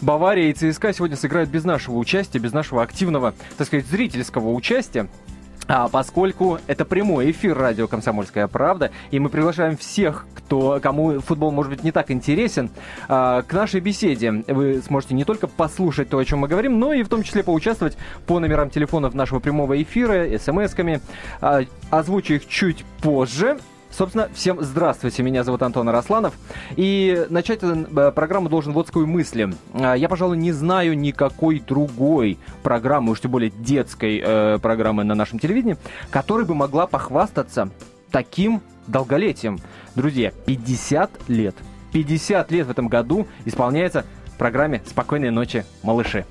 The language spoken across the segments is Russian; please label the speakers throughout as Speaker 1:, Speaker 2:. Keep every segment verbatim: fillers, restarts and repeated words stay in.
Speaker 1: Бавария и ЦСКА сегодня сыграют без нашего участия, без нашего активного, так сказать, зрительского участия. А поскольку это прямой эфир радио «Комсомольская правда», и мы приглашаем всех, кто, кому футбол, может быть, не так интересен, а, к нашей беседе. Вы сможете не только послушать то, о чем мы говорим, но и в том числе поучаствовать по номерам телефонов нашего прямого эфира, смс-ками. А, озвучу их чуть позже. Собственно, всем здравствуйте, меня зовут Антон Арасланов, и начать эту программу должен вот с какой мысли. Я, пожалуй, не знаю никакой другой программы, уж тем более детской э, программы на нашем телевидении, которая бы могла похвастаться таким долголетием. Друзья, пятьдесят лет. пятьдесят лет в этом году исполняется программе «Спокойной ночи, малыши».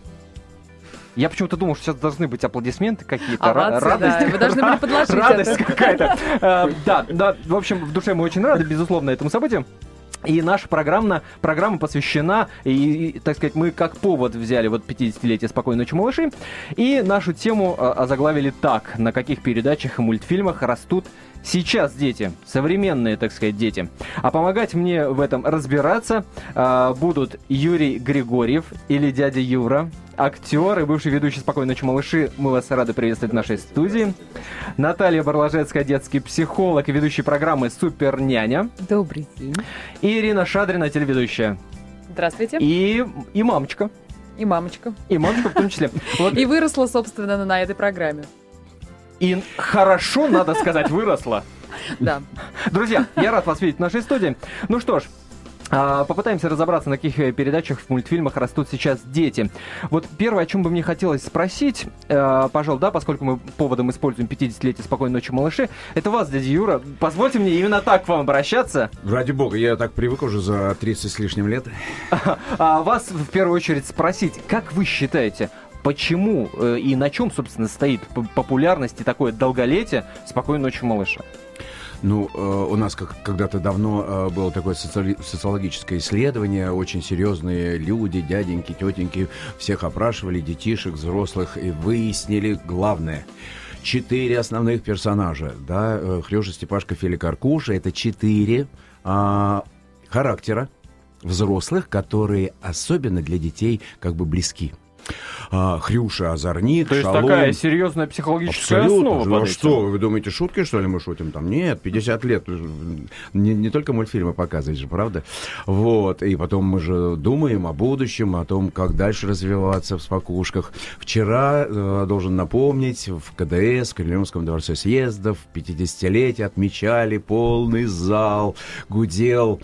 Speaker 1: Я почему-то думал, что сейчас должны быть аплодисменты какие-то,
Speaker 2: Овации,
Speaker 1: радость.
Speaker 2: Да. Вы должны были подложить
Speaker 1: радость
Speaker 2: это.
Speaker 1: какая-то. Да, да, в общем, в душе мы очень рады, безусловно, этому событию. И наша программа, программа посвящена, и, и, так сказать, мы как повод взяли вот пятидесятилетие «Спокойной ночи, малыши», и нашу тему а, озаглавили так: на каких передачах и мультфильмах растут сейчас дети, современные, так сказать, дети. А помогать мне в этом разбираться а, будут Юрий Григорьев или дядя Юра, актер и бывший ведущий «Спокойной ночи, малыши». Мы вас рады приветствовать в нашей студии. Наталья Барлажецкая, детский психолог и ведущий программы «Супер няня».
Speaker 2: Добрый день.
Speaker 1: И Ирина Шадрина, телеведущая.
Speaker 2: Здравствуйте.
Speaker 1: И, и мамочка.
Speaker 2: И мамочка.
Speaker 1: И мамочка в том числе. Вот.
Speaker 2: И выросла, собственно, на этой программе.
Speaker 1: И хорошо, надо сказать, выросла.
Speaker 2: Да.
Speaker 1: Друзья, я рад вас видеть в нашей студии. Ну что ж, попытаемся разобраться, на каких передачах в мультфильмах растут сейчас дети. Вот первое, о чем бы мне хотелось спросить, э, пожалуй, да, поскольку мы поводом используем пятидесятилетие «Спокойной ночи, малыши», это вас, дядя Юра. Позвольте мне именно так к вам обращаться.
Speaker 3: Ради бога, я так привык уже за тридцать с лишним лет.
Speaker 1: А вас в первую очередь спросить, как вы считаете, почему э, и на чем, собственно, стоит популярность и такое долголетие «Спокойной ночи, малыши»?
Speaker 3: Ну, э, у нас как, когда-то давно э, было такое соци... социологическое исследование, очень серьезные люди, дяденьки, тетеньки, всех опрашивали, детишек, взрослых, и выяснили главное. Четыре основных персонажа, да, э, Хрюша, Степашка, Филя, Каркуша, это четыре э, характера взрослых, которые особенно для детей как бы близки. А, Хрюша озорник,
Speaker 1: То есть
Speaker 3: шалун.
Speaker 1: такая серьезная психологическая
Speaker 3: Абсолютно.
Speaker 1: основа.
Speaker 3: Ну что, вы думаете, шутки, что ли, мы шутим? Там нет, пятьдесят лет. Не, не только мультфильмы показывать же, правда? Вот. И потом мы же думаем о будущем, о том, как дальше развиваться в спокушках. Вчера, э, должен напомнить, в КДС, в Кремлевском дворце съездов, пятидесятилетие отмечали, полный зал гудел,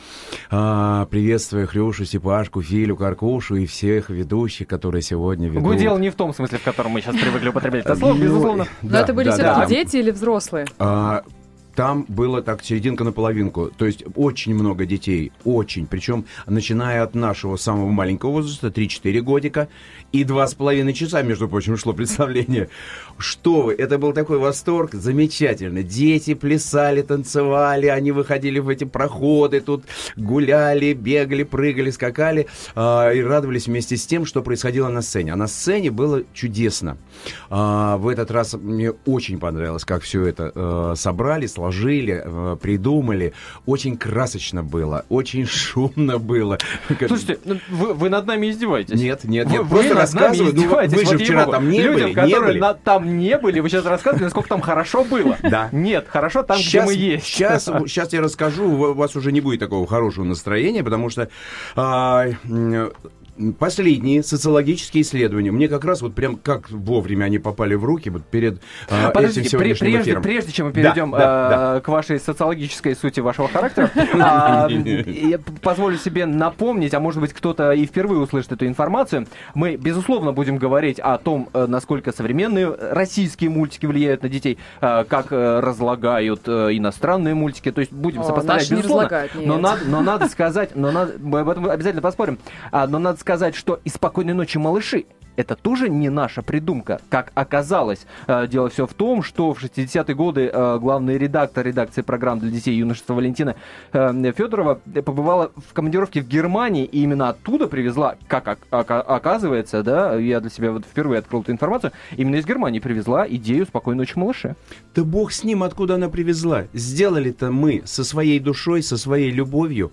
Speaker 3: э, приветствуя Хрюшу, Степашку, Филю, Каркушу и всех ведущих, которые сегодня ведут.
Speaker 1: Гудел не в том смысле, в котором мы сейчас привыкли употреблять это слово,
Speaker 3: Ну,
Speaker 1: безусловно.
Speaker 2: Но
Speaker 3: да,
Speaker 2: это были
Speaker 3: да,
Speaker 2: все-таки
Speaker 3: да.
Speaker 2: дети или взрослые?
Speaker 3: А, там было так, серединка на половинку. То есть очень много детей, очень. Причем, начиная от нашего самого маленького возраста, три-четыре годика, и два с половиной часа, между прочим, шло представление. Что вы, это был такой восторг, замечательно. Дети плясали, танцевали, они выходили в эти проходы, тут гуляли, бегали, прыгали, скакали, э, и радовались вместе с тем, что происходило на сцене. А на сцене было чудесно. Э, в этот раз мне очень понравилось, как все это э, собрали, сложили, э, придумали. Очень красочно было, очень шумно было.
Speaker 1: Слушайте, вы, вы над нами издеваетесь?
Speaker 3: Нет, нет,
Speaker 1: Вы,
Speaker 3: нет,
Speaker 1: вы
Speaker 3: просто
Speaker 1: над нами
Speaker 3: рассказываю. Ну,
Speaker 1: издеваетесь.
Speaker 3: вы же
Speaker 1: Вот
Speaker 3: вчера
Speaker 1: ей-богу.
Speaker 3: там не
Speaker 1: Людям,
Speaker 3: были, не
Speaker 1: которые
Speaker 3: были.
Speaker 1: на- там не были, вы сейчас рассказываете, насколько там хорошо было.
Speaker 3: Да.
Speaker 1: Нет, хорошо там,
Speaker 3: Сейчас,
Speaker 1: где мы есть.
Speaker 3: Сейчас, сейчас я расскажу, у вас уже не будет такого хорошего настроения, потому что а, м, последние социологические исследования, мне как раз вот прям как вовремя они попали в руки вот перед а,
Speaker 1: Подождите,
Speaker 3: этим
Speaker 1: пре-
Speaker 3: сегодняшним
Speaker 1: прежде,
Speaker 3: эфиром.
Speaker 1: прежде чем мы перейдем
Speaker 3: Да, да,
Speaker 1: э, к вашей социологической сути вашего характера, а, я позволю себе напомнить, а может быть кто-то и впервые услышит эту информацию, мы, безусловно, будем говорить о том, э, насколько современные российские мультики влияют на детей, э, как э, разлагают э, иностранные мультики, то есть будем
Speaker 2: О,
Speaker 1: сопоставлять,
Speaker 2: наши не
Speaker 1: безусловно,
Speaker 2: разлагают, нет.
Speaker 1: но надо, но надо сказать, но надо, мы об этом обязательно поспорим, а, но надо сказать, что и «Спокойной ночи, малыши» это тоже не наша придумка, как оказалось. Э, Дело все в том, что в шестидесятые годы э, главный редактор редакции программ для детей и юношества Валентина э, Федорова побывала в командировке в Германии, и именно оттуда привезла, как ок- ока- оказывается, да, я для себя вот впервые открыл эту информацию, именно из Германии привезла идею «Спокойной ночи, малыши».
Speaker 3: Да бог с ним, откуда она привезла. Сделали-то мы со своей душой, со своей любовью.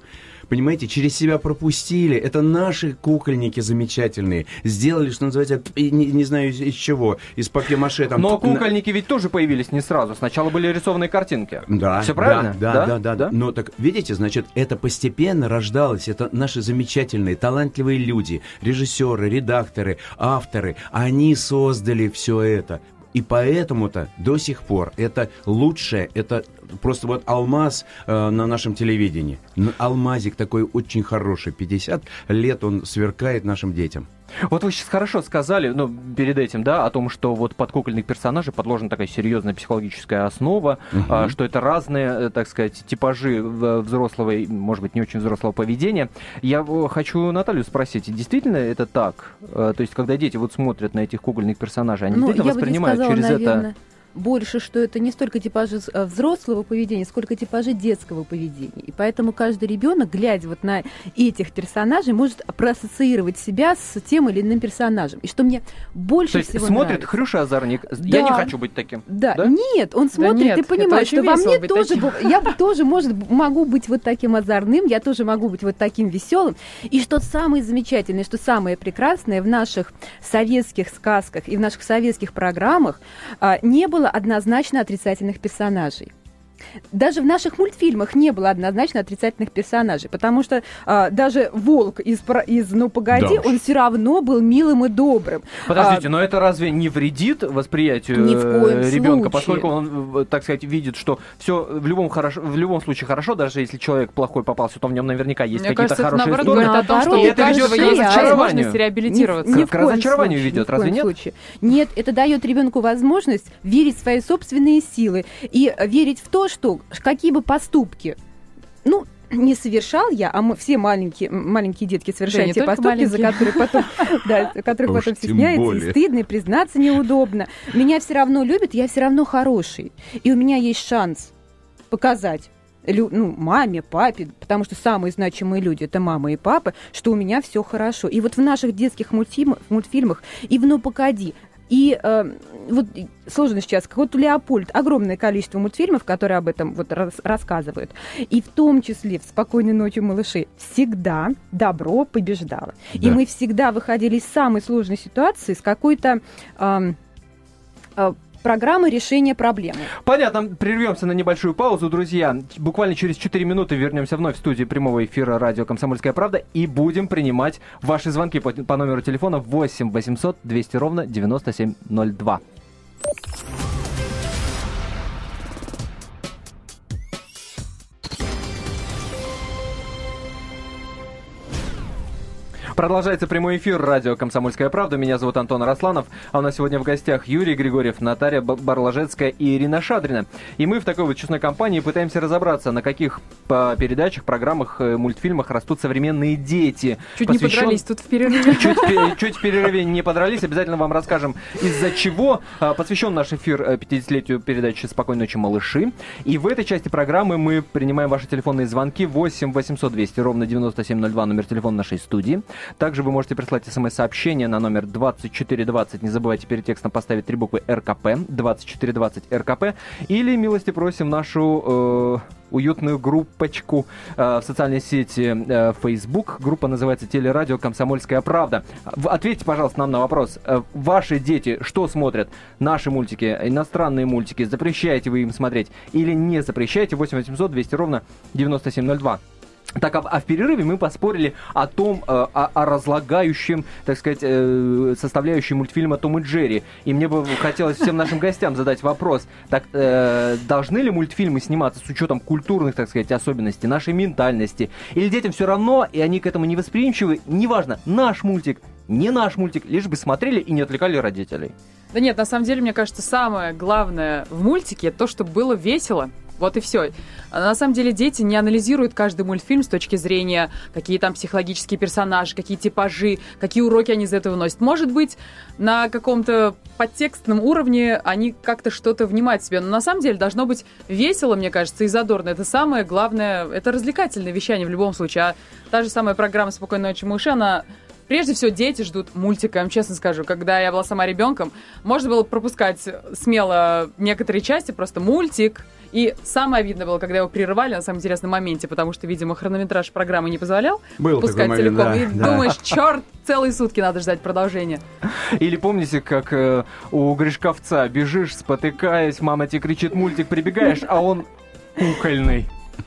Speaker 3: понимаете, через себя пропустили. Это наши кукольники замечательные. Сделали, что называется, не, не знаю из, из чего, из папье-маше. Там,
Speaker 1: Но кукольники ведь тоже появились не сразу. Сначала были рисованные картинки.
Speaker 3: Да,
Speaker 1: все правильно?
Speaker 3: Да, да, да, да, да. Но так, видите, значит, это постепенно рождалось. Это наши замечательные, талантливые люди, режиссеры, редакторы, авторы. Они создали все это. И поэтому-то до сих пор это лучшее, это просто вот алмаз э, на нашем телевидении. Алмазик такой очень хороший, пятьдесят лет он сверкает нашим детям.
Speaker 1: Вот вы сейчас хорошо сказали, ну, перед этим, да, о том, что вот под кукольных персонажей подложена такая серьезная психологическая основа, угу. а, что это разные, так сказать, типажи взрослого, может быть, не очень взрослого поведения. Я хочу Наталью спросить, действительно это так? То есть, когда дети вот смотрят на этих кукольных персонажей, они ну, действительно воспринимают
Speaker 2: сказала,
Speaker 1: через
Speaker 2: наверное...
Speaker 1: это...
Speaker 2: больше, что это не столько типажи взрослого поведения, сколько типажи детского поведения. И поэтому каждый ребенок, глядя вот на этих персонажей, может проассоциировать себя с тем или иным персонажем. И что мне больше
Speaker 1: То есть
Speaker 2: всего
Speaker 1: смотрит
Speaker 2: нравится...
Speaker 1: Хрюша Озорник,
Speaker 2: да.
Speaker 1: Я не хочу быть таким.
Speaker 2: Да,
Speaker 1: да?
Speaker 2: нет, он смотрит
Speaker 4: да нет,
Speaker 2: и понимает, что во мне тоже...
Speaker 4: таким.
Speaker 2: Я тоже, может, могу быть вот таким озорным, я тоже могу быть вот таким веселым. И что самое замечательное, что самое прекрасное в наших советских сказках и в наших советских программах а, не было однозначно отрицательных персонажей. Даже в наших мультфильмах не было однозначно отрицательных персонажей, потому что а, даже волк из, из «Ну, погоди», да он все равно был милым и добрым.
Speaker 1: Подождите,
Speaker 2: а,
Speaker 1: но это разве не вредит восприятию
Speaker 2: ни в коем
Speaker 1: ребенка,
Speaker 2: случае.
Speaker 1: Поскольку он, так сказать, видит, что все в любом, хорошо, в любом случае хорошо, даже если человек плохой попался, то в нем наверняка есть
Speaker 4: Мне
Speaker 1: какие-то
Speaker 4: кажется,
Speaker 1: хорошие
Speaker 4: это,
Speaker 1: стороны.
Speaker 4: наоборот, говорит о том, что
Speaker 1: и это ведет
Speaker 4: есть
Speaker 1: к
Speaker 4: возможность реабилитироваться.
Speaker 2: Ни, ни
Speaker 1: к разочарованию ведет,
Speaker 2: случае,
Speaker 1: разве нет?
Speaker 2: Случае. Нет, это дает ребенку возможность верить в свои собственные силы и верить в то, что какие бы поступки, ну, не совершал я, а мы все маленькие, маленькие детки совершают
Speaker 4: да,
Speaker 2: те поступки, маленькие. за которые потом, да, которых потом стесняются, и стыдно, и признаться неудобно. Меня все равно любят, я все равно хороший. И у меня есть шанс показать ну, маме, папе, потому что самые значимые люди — это мама и папа, что у меня все хорошо. И вот в наших детских мультфильмах, мультфильмах и в «Ну, погоди», и э, вот сложно сейчас, вот Леопольд, огромное количество мультфильмов, которые об этом вот рас, рассказывают. И в том числе в «Спокойной ночи, малыши» всегда добро побеждало. Да. И мы всегда выходили из самой сложной ситуации с какой-то... Э, э, программы решения проблемы.
Speaker 1: Понятно. Прервемся на небольшую паузу, друзья. Буквально через четыре минуты вернемся вновь в студию прямого эфира радио «Комсомольская правда» и будем принимать ваши звонки по, по номеру телефона восемь восемьсот двести ровно девяносто семь ноль два. Продолжается прямой эфир радио «Комсомольская правда». Меня зовут Антон Арасланов. А у нас сегодня в гостях Юрий Григорьев, Наталья Барложецкая и Ирина Шадрина. И мы в такой вот честной компании пытаемся разобраться, на каких по передачах, программах, мультфильмах растут современные дети.
Speaker 4: Чуть
Speaker 1: Посвящен...
Speaker 4: не подрались тут в перерыве.
Speaker 1: Чуть, чуть в перерыве не подрались. Обязательно вам расскажем, из-за чего. Посвящен наш эфир пятидесятилетию передачи «Спокойной ночи, малыши». И в этой части программы мы принимаем ваши телефонные звонки. восемь восемьсот двести ровно девяносто семь ноль два, номер телефона нашей студии. Также вы можете прислать смс-сообщение на номер двадцать четыре двадцать. Не забывайте перед текстом поставить три буквы эр ка пэ. двадцать четыре двадцать эр ка пэ. Или милости просим нашу э, уютную группочку э, в социальной сети э, Facebook. Группа называется «Телерадио Комсомольская правда». Ответьте, пожалуйста, нам на вопрос. Э, ваши дети что смотрят? Наши мультики, иностранные мультики. Запрещаете вы им смотреть или не запрещаете? восемь восемьсот двести ровно девяносто семь ноль два. Так, а, а в перерыве мы поспорили о том, э, о, о разлагающем, так сказать, э, составляющей мультфильма «Том и Джерри». И мне бы хотелось всем нашим гостям задать вопрос. Так, э, должны ли мультфильмы сниматься с учетом культурных, так сказать, особенностей, нашей ментальности? Или детям все равно, и они к этому не восприимчивы? Неважно, наш мультик, не наш мультик, лишь бы смотрели и не отвлекали родителей.
Speaker 4: Да нет, на самом деле, мне кажется, самое главное в мультике то, чтобы было весело. Вот и все. На самом деле дети не анализируют каждый мультфильм с точки зрения, какие там психологические персонажи, какие типажи, какие уроки они из этого носят. Может быть, на каком-то подтекстном уровне они как-то что-то внимают себе. Но на самом деле должно быть весело, мне кажется, и задорно. Это самое главное, это развлекательное вещание в любом случае. А та же самая программа «Спокойной ночи, малыши», она... Прежде всего, дети ждут мультика, я вам честно скажу. Когда я была сама ребенком, можно было пропускать смело некоторые части, просто мультик, И самое обидное было, когда его прерывали на самом интересном моменте, потому что, видимо, хронометраж программы не позволял
Speaker 3: был
Speaker 4: пускать
Speaker 3: момент,
Speaker 4: целиком.
Speaker 3: да,
Speaker 4: и
Speaker 3: да.
Speaker 4: думаешь, черт, целые сутки надо ждать продолжения.
Speaker 1: Или помните, как э, у Гришковца бежишь, спотыкаясь, мама тебе кричит мультик, прибегаешь, а он кукольный.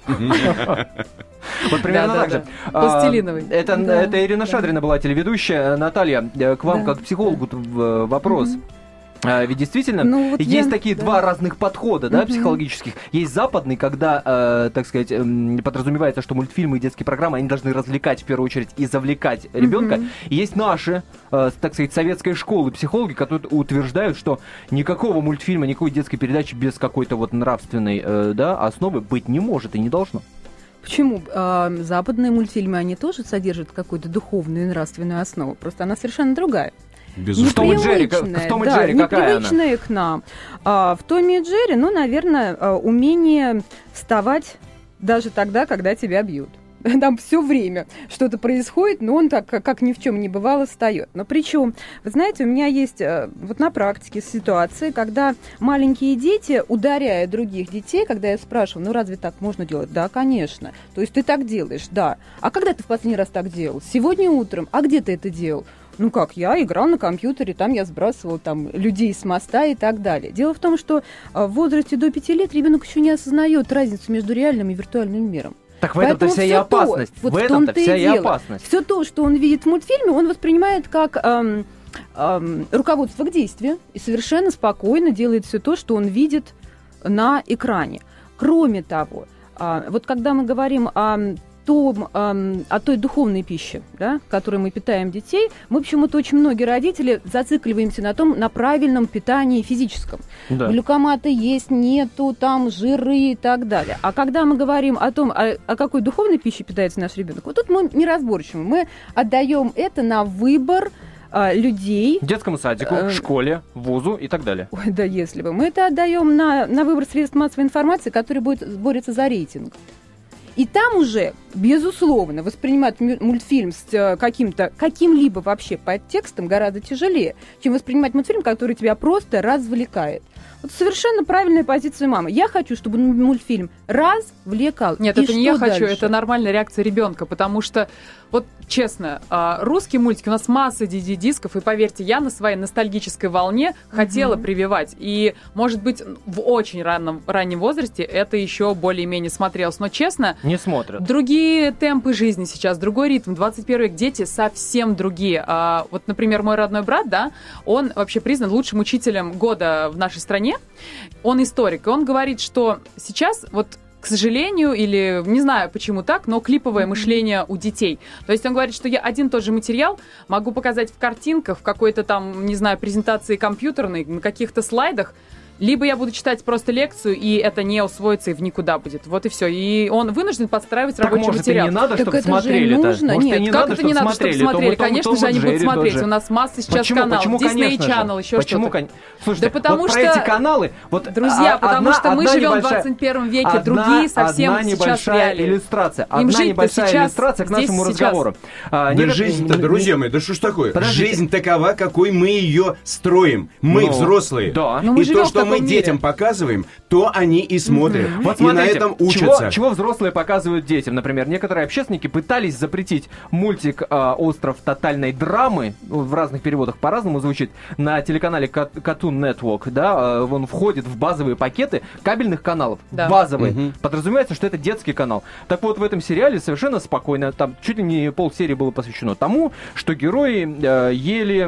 Speaker 1: Вот примерно так же.
Speaker 4: Пластилиновый.
Speaker 1: Это Ирина Шадрина была телеведущая. Наталья, к вам как к психологу вопрос. Ведь действительно,
Speaker 2: ну, вот
Speaker 1: есть
Speaker 2: я,
Speaker 1: такие
Speaker 2: да.
Speaker 1: два разных подхода, да,
Speaker 2: uh-huh.
Speaker 1: психологических. Есть западный, когда, э, так сказать, э, подразумевается, что мультфильмы и детские программы, они должны развлекать в первую очередь и завлекать ребенка. Uh-huh. И есть наши, э, так сказать, советской школы психологи, которые утверждают, что никакого мультфильма, никакой детской передачи без какой-то вот нравственной э, да, основы быть не может и не должно.
Speaker 2: Почему? А, западные мультфильмы, они тоже содержат какую-то духовную и нравственную основу, просто она совершенно другая.
Speaker 1: В Том и Джерри, в Том и
Speaker 2: да,
Speaker 1: Джерри какая она?
Speaker 2: Непривычная к нам. А, в Томе и Джерри, ну, наверное, умение вставать даже тогда, когда тебя бьют. Там все время что-то происходит, но он так, как ни в чем не бывало, встает. Но причем, вы знаете, у меня есть вот на практике ситуации, когда маленькие дети, ударяя других детей, когда я спрашиваю, ну разве так можно делать? Да, конечно. То есть ты так делаешь, да. А когда ты в последний раз так делал? Сегодня утром. А где ты это делал? Ну как, я играл на компьютере, там я сбрасывал там, людей с моста и так далее. Дело в том, что в возрасте до пяти лет ребенок еще не осознает разницу между реальным и виртуальным миром.
Speaker 1: Так в этом-то вся и опасность.
Speaker 2: Вот
Speaker 1: в
Speaker 2: в
Speaker 1: этом-то вся и, и опасность.
Speaker 2: Все то, что он видит в мультфильме, он воспринимает как эм, эм, руководство к действию и совершенно спокойно делает все то, что он видит на экране. Кроме того, э, вот когда мы говорим о том, э, о той духовной пище, да, которой мы питаем детей, мы почему-то очень многие родители зацикливаемся на том, на правильном питании физическом. Да. Глюкоматы есть, нету, там жиры и так далее. А когда мы говорим о том, о, о какой духовной пище питается наш ребенок, вот тут мы неразборчивы. Мы отдаем это на выбор а, людей.
Speaker 1: Детскому садику, э, школе, вузу и так далее.
Speaker 2: Ой, да если бы. Мы это отдаем на, на выбор средств массовой информации, которые будет, борются за рейтинг. И там уже, безусловно, воспринимать мультфильм с каким-то, каким-либо вообще подтекстом гораздо тяжелее, чем воспринимать мультфильм, который тебя просто развлекает. Вот совершенно правильная позиция мамы. Я хочу, чтобы мультфильм развлекал.
Speaker 4: Нет,
Speaker 2: и
Speaker 4: это не я
Speaker 2: дальше?
Speaker 4: хочу, это нормальная реакция ребенка, потому что, вот честно, русские мультики, у нас масса ди ви ди-дисков, и поверьте, я на своей ностальгической волне mm-hmm. хотела прививать. И, может быть, в очень раннем, раннем возрасте это еще более-менее смотрелось. Но, честно,
Speaker 1: не смотрят.
Speaker 4: Другие темпы жизни сейчас, другой ритм. двадцать первый век, дети совсем другие. А, вот, например, мой родной брат, да, он вообще признан лучшим учителем года в нашей стране. Он историк, и он говорит, что сейчас, вот, к сожалению, или не знаю почему так, но клиповое mm-hmm. мышление у детей. То есть он говорит, что я один тот же материал могу показать в картинках, в какой-то там, не знаю, презентации компьютерной, на каких-то слайдах, либо я буду читать просто лекцию, и это не усвоится и в никуда будет. Вот и все. И он вынужден подстраивать так рабочий
Speaker 1: может,
Speaker 4: материал.
Speaker 1: Так может, и не надо,
Speaker 2: так
Speaker 1: чтобы смотрели-то?
Speaker 2: Нужно?
Speaker 1: Может,
Speaker 2: Нет,
Speaker 1: не
Speaker 4: как
Speaker 1: надо,
Speaker 4: это не надо, чтобы смотрели?
Speaker 1: Том,
Speaker 4: Конечно
Speaker 1: Том,
Speaker 4: же, они
Speaker 1: Джерри
Speaker 4: будут смотреть.
Speaker 1: тоже.
Speaker 4: У нас масса сейчас
Speaker 1: Почему?
Speaker 4: каналов.
Speaker 1: Почему,
Speaker 4: Disney Channel, еще
Speaker 1: Почему?
Speaker 4: что-то.
Speaker 1: Слушайте,
Speaker 4: да потому
Speaker 1: вот
Speaker 4: что...
Speaker 1: про эти каналы... Вот
Speaker 4: Друзья,
Speaker 1: одна,
Speaker 4: потому что мы живем
Speaker 1: небольшая...
Speaker 4: в двадцать первом веке,
Speaker 1: одна,
Speaker 4: другие совсем
Speaker 1: одна
Speaker 4: сейчас реалии.
Speaker 1: Иллюстрация.
Speaker 4: Им
Speaker 1: одна небольшая
Speaker 4: сейчас,
Speaker 1: иллюстрация к нашему
Speaker 4: здесь,
Speaker 1: разговору. А,
Speaker 3: да
Speaker 1: не...
Speaker 3: жизнь-то, друзья мои, да что ж такое?
Speaker 1: Подождите.
Speaker 3: Жизнь такова, какой мы ее строим. Мы,
Speaker 1: ну,
Speaker 3: взрослые.
Speaker 1: Да.
Speaker 3: И то, что мы мире. детям показываем, то они и смотрят. Mm-hmm. Вот смотрите, и на этом учатся.
Speaker 1: Чего, чего взрослые показывают детям? Например, некоторые общественники пытались запретить мультик э, «Остров тотальной драмы», в разных переводах по-разному звучит, на телеканале Cartoon Network, да, э, он входит в базовые пакеты кабельных каналов.
Speaker 4: Да.
Speaker 1: Базовые.
Speaker 3: Mm-hmm.
Speaker 1: Подразумевается, что это детский канал. Так вот, в этом сериале совершенно спокойно, там чуть ли не полсерии было посвящено тому, что герои э, ели...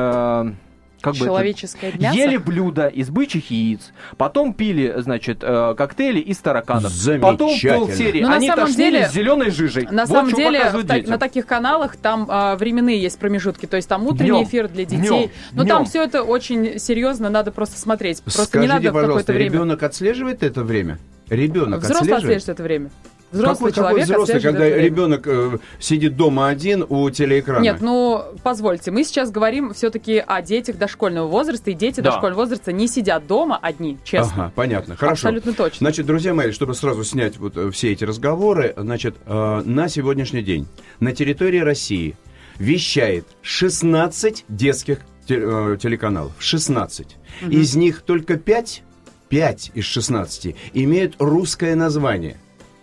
Speaker 1: Э, Как
Speaker 4: человеческое
Speaker 1: бы
Speaker 4: мясо?
Speaker 1: Ели блюда из бычьих яиц, потом пили, значит, э, коктейли из тараканов. Потом полсерии они тошнили с зеленой жижей.
Speaker 4: На
Speaker 1: вот
Speaker 4: самом деле, та,
Speaker 1: детям.
Speaker 4: на таких каналах там э, временные есть промежутки, то есть там утренний
Speaker 1: Днем.
Speaker 4: эфир для детей.
Speaker 1: Днем.
Speaker 4: Но
Speaker 1: Днем.
Speaker 4: там все это очень серьезно, надо просто смотреть. Просто
Speaker 3: Скажите,
Speaker 4: не надо в какое-то время.
Speaker 3: Ребенок отслеживает это время? Ребенок
Speaker 4: Взрослый
Speaker 3: отслеживает?
Speaker 4: отслеживает это время. Взрослый
Speaker 3: какой,
Speaker 4: человек
Speaker 3: какой взрослый, когда
Speaker 4: это
Speaker 3: ребенок э, сидит дома один у телеэкрана?
Speaker 4: Нет, ну, позвольте, мы сейчас говорим все-таки о детях дошкольного возраста, и дети
Speaker 1: да.
Speaker 4: дошкольного возраста не сидят дома одни, честно.
Speaker 3: Ага, понятно, хорошо.
Speaker 4: Абсолютно точно.
Speaker 3: Значит, друзья мои, чтобы сразу снять вот все эти разговоры, значит, э, на сегодняшний день на территории России вещает шестнадцать детских те, э, телеканалов. шестнадцать. Угу. Из них только пять пять из шестнадцати имеют русское название.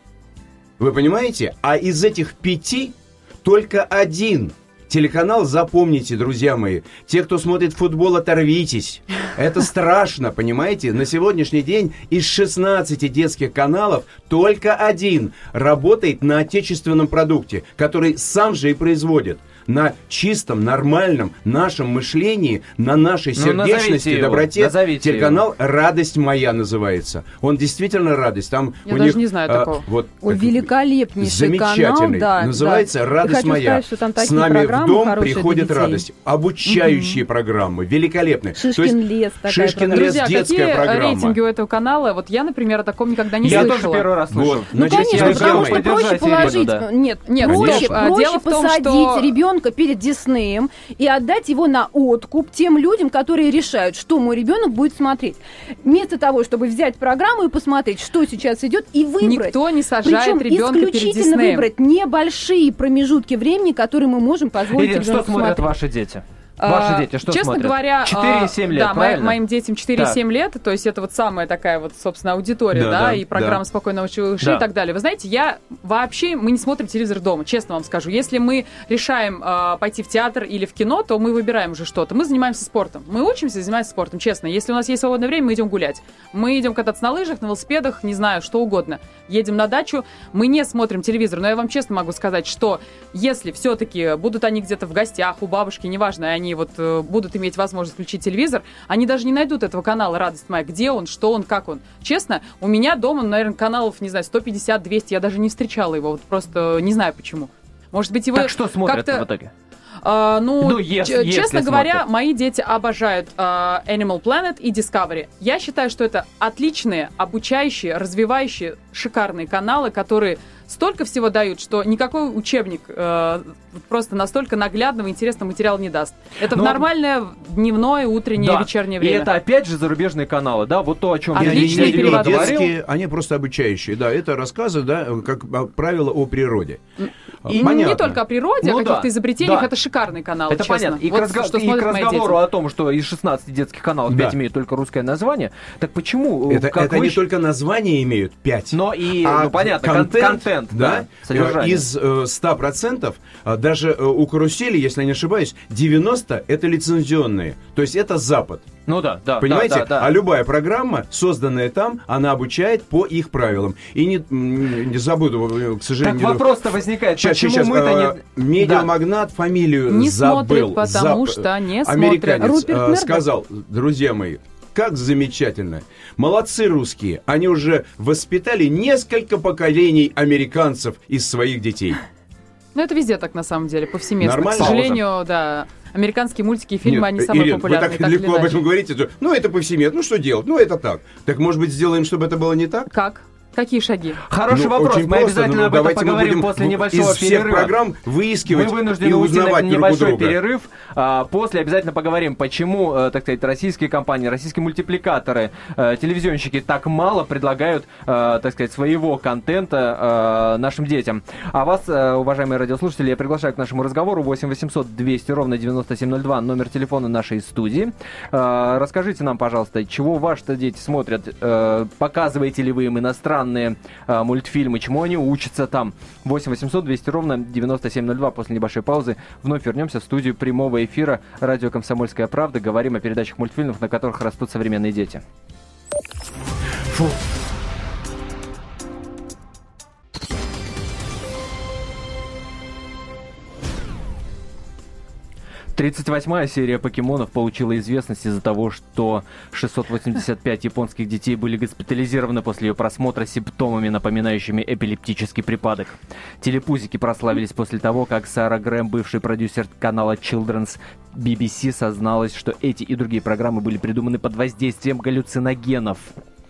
Speaker 3: Вы понимаете? А из этих пяти только один телеканал, запомните, друзья мои, те, кто смотрит футбол, оторвитесь. Это страшно, понимаете? На сегодняшний день из шестнадцати детских каналов только один работает на отечественном продукте, который сам же и производит. На чистом, нормальном нашем мышлении, на нашей ну, сердечности, доброте. Телеканал «Радость моя» называется. Он действительно радость. Там
Speaker 4: Я
Speaker 3: у
Speaker 4: даже
Speaker 3: них,
Speaker 4: не знаю
Speaker 3: а,
Speaker 4: такого.
Speaker 3: Вот,
Speaker 2: Ой, великолепнейший
Speaker 3: замечательный.
Speaker 2: канал. Да,
Speaker 3: называется
Speaker 2: да.
Speaker 3: «Радость моя».
Speaker 2: Сказать,
Speaker 3: С нами в дом приходит радость. Обучающие угу. программы, великолепные.
Speaker 2: Шишкин лес, такая
Speaker 3: Шишкин
Speaker 2: программа.
Speaker 3: лес,
Speaker 4: Друзья,
Speaker 3: детская
Speaker 4: какие
Speaker 3: программа.
Speaker 4: рейтинги у этого канала? Вот я, например, о таком никогда не
Speaker 1: я
Speaker 4: слышала.
Speaker 1: Я тоже первый раз слышу. Вот.
Speaker 2: Ну,
Speaker 3: Значит,
Speaker 2: конечно, потому что
Speaker 1: поддержать
Speaker 2: проще положить...
Speaker 1: Ирину, да.
Speaker 2: Нет,
Speaker 4: Нет,
Speaker 2: проще,
Speaker 4: стоп.
Speaker 2: проще
Speaker 4: Дело в том,
Speaker 2: посадить
Speaker 4: что...
Speaker 2: ребенка перед Диснеем и отдать его на откуп тем людям, которые решают, что мой ребенок будет смотреть. Вместо того, чтобы взять программу и посмотреть, что сейчас идет, и выбрать.
Speaker 4: Никто не сажает
Speaker 2: Причем
Speaker 4: ребенка перед
Speaker 2: исключительно
Speaker 4: Диснеем.
Speaker 2: выбрать небольшие промежутки времени, которые мы можем позволить
Speaker 1: Ирина,
Speaker 2: ребенку
Speaker 1: что смотрят
Speaker 2: смотреть.
Speaker 1: ваши дети? Ваши дети что
Speaker 4: Честно
Speaker 1: смотрят?
Speaker 4: говоря,
Speaker 1: четыре-семь лет,
Speaker 4: да,
Speaker 1: правильно?
Speaker 4: моим детям четыре-семь лет, то есть это вот самая такая вот, собственно, аудитория,
Speaker 3: да,
Speaker 4: да,
Speaker 3: да,
Speaker 4: и программа
Speaker 3: да.
Speaker 4: «Спокойной ночи»
Speaker 1: Да.
Speaker 4: и так далее. Вы знаете, я вообще, мы не смотрим телевизор дома, честно вам скажу. Если мы решаем э, пойти в театр или в кино, то мы выбираем уже что-то. Мы занимаемся спортом. Мы учимся, занимаемся спортом, честно. Если у нас есть свободное время, мы идем гулять. Мы идем кататься на лыжах, на велосипедах, не знаю, что угодно. Едем на дачу, мы не смотрим телевизор. Но я вам честно могу сказать, что если все-таки будут они где-то в гостях у бабушки, неважно, и они вот э, будут иметь возможность включить телевизор, они даже не найдут этого канала «Радость моя». Где он, что он, как он. Честно, у меня дома, наверное, каналов, не знаю, сто пятьдесят - двести. Я даже не встречала его. Вот просто не знаю почему. Может быть, его
Speaker 1: Так что смотрят
Speaker 4: как-то...
Speaker 1: в итоге?
Speaker 4: Uh, ну,
Speaker 1: ну если,
Speaker 4: ч- честно
Speaker 1: если
Speaker 4: говоря,
Speaker 1: смотрят.
Speaker 4: мои дети обожают uh, Animal Planet и Discovery. Я считаю, что это отличные, обучающие, развивающие, шикарные каналы, которые столько всего дают, что никакой учебник э, просто настолько наглядного, интересного материала не даст. Это Но... в нормальное дневное, утреннее,
Speaker 1: да.
Speaker 4: вечернее время.
Speaker 1: И это опять же зарубежные каналы, да, вот то, о чем я
Speaker 4: Отличные
Speaker 1: не
Speaker 4: переводы.
Speaker 3: Детские, они просто обучающие, да, это рассказы, да, как правило, о природе.
Speaker 4: И
Speaker 3: понятно.
Speaker 4: Не только о природе,
Speaker 1: ну,
Speaker 4: о каких-то
Speaker 1: да.
Speaker 4: изобретениях,
Speaker 1: да.
Speaker 4: это шикарный канал,
Speaker 1: это
Speaker 4: честно.
Speaker 1: понятно. И
Speaker 4: вот
Speaker 1: к, разго...
Speaker 4: что
Speaker 1: и к разговору о том, что из шестнадцати детских каналов
Speaker 3: да.
Speaker 1: пять имеют только русское название, так почему?
Speaker 3: Это,
Speaker 1: как
Speaker 3: это
Speaker 1: вы...
Speaker 3: не только название имеют, пять.
Speaker 1: Но и,
Speaker 3: а
Speaker 1: ну понятно,
Speaker 3: контент,
Speaker 1: контент да,
Speaker 3: да, из э, ста процентов, даже э, у «Карусели», если я не ошибаюсь, девяносто это лицензионные. То есть это Запад.
Speaker 1: Ну да, да.
Speaker 3: Понимаете?
Speaker 1: Да, да, да.
Speaker 3: А любая программа, созданная там, она обучает по их правилам. И не, не забуду, к сожалению...
Speaker 1: Так вопрос-то возникает,
Speaker 3: сейчас,
Speaker 1: почему
Speaker 3: сейчас,
Speaker 1: мы-то
Speaker 3: не... Медиамагнат, да. фамилию
Speaker 4: не
Speaker 3: забыл.
Speaker 4: Не смотрит, потому
Speaker 3: Зап...
Speaker 4: что не
Speaker 3: Американец
Speaker 4: смотрит.
Speaker 3: сказал, друзья мои, как замечательно. Молодцы русские. Они уже воспитали несколько поколений американцев из своих детей.
Speaker 4: Ну, это везде так, на самом деле, повсеместно.
Speaker 3: Нормально?
Speaker 4: К сожалению, да. Американские мультики и фильмы,
Speaker 3: Нет,
Speaker 4: они самые
Speaker 3: Ирин,
Speaker 4: популярные.
Speaker 3: вы так, так легко об этом говорите. Что, ну, это повсеместно. Ну, что делать? Ну, это так. Так, может быть, сделаем, чтобы это было не так?
Speaker 4: Как? Какие шаги?
Speaker 1: Хороший
Speaker 3: ну,
Speaker 1: вопрос. Мы
Speaker 3: просто,
Speaker 1: обязательно
Speaker 3: ну,
Speaker 1: об этом
Speaker 3: мы
Speaker 1: поговорим
Speaker 3: будем
Speaker 1: после небольшого
Speaker 3: из всех
Speaker 1: перерыва.
Speaker 3: программ выискивать
Speaker 1: Мы вынуждены
Speaker 3: и
Speaker 1: уйти на
Speaker 3: узнавать друг у
Speaker 1: небольшой
Speaker 3: друга.
Speaker 1: перерыв. А, после обязательно поговорим, почему, э, так сказать, российские компании, российские мультипликаторы, э, телевизионщики так мало предлагают, э, так сказать, своего контента э, нашим детям. А вас, э, уважаемые радиослушатели, я приглашаю к нашему разговору. восемь восемьсот двести ровно девяносто семь ноль два, номер телефона нашей студии. Э, расскажите нам, пожалуйста, чего ваши дети смотрят, э, показываете ли вы им иностранные э, мультфильмы, чему они учатся там. восемь восемьсот двести ровно девяносто семь ноль два. После небольшой паузы вновь вернемся в студию прямого эфира радио «Комсомольская правда». Говорим о передачах мультфильмов, на которых растут современные дети. Фу. тридцать восьмая серия «Покемонов» получила известность из-за того, что шестьсот восемьдесят пять японских детей были госпитализированы после ее просмотра с симптомами, напоминающими эпилептический припадок. Телепузики прославились после того, как Сара Грэм, бывший продюсер канала Children's би би си, созналась, что эти и другие программы были придуманы под воздействием галлюциногенов.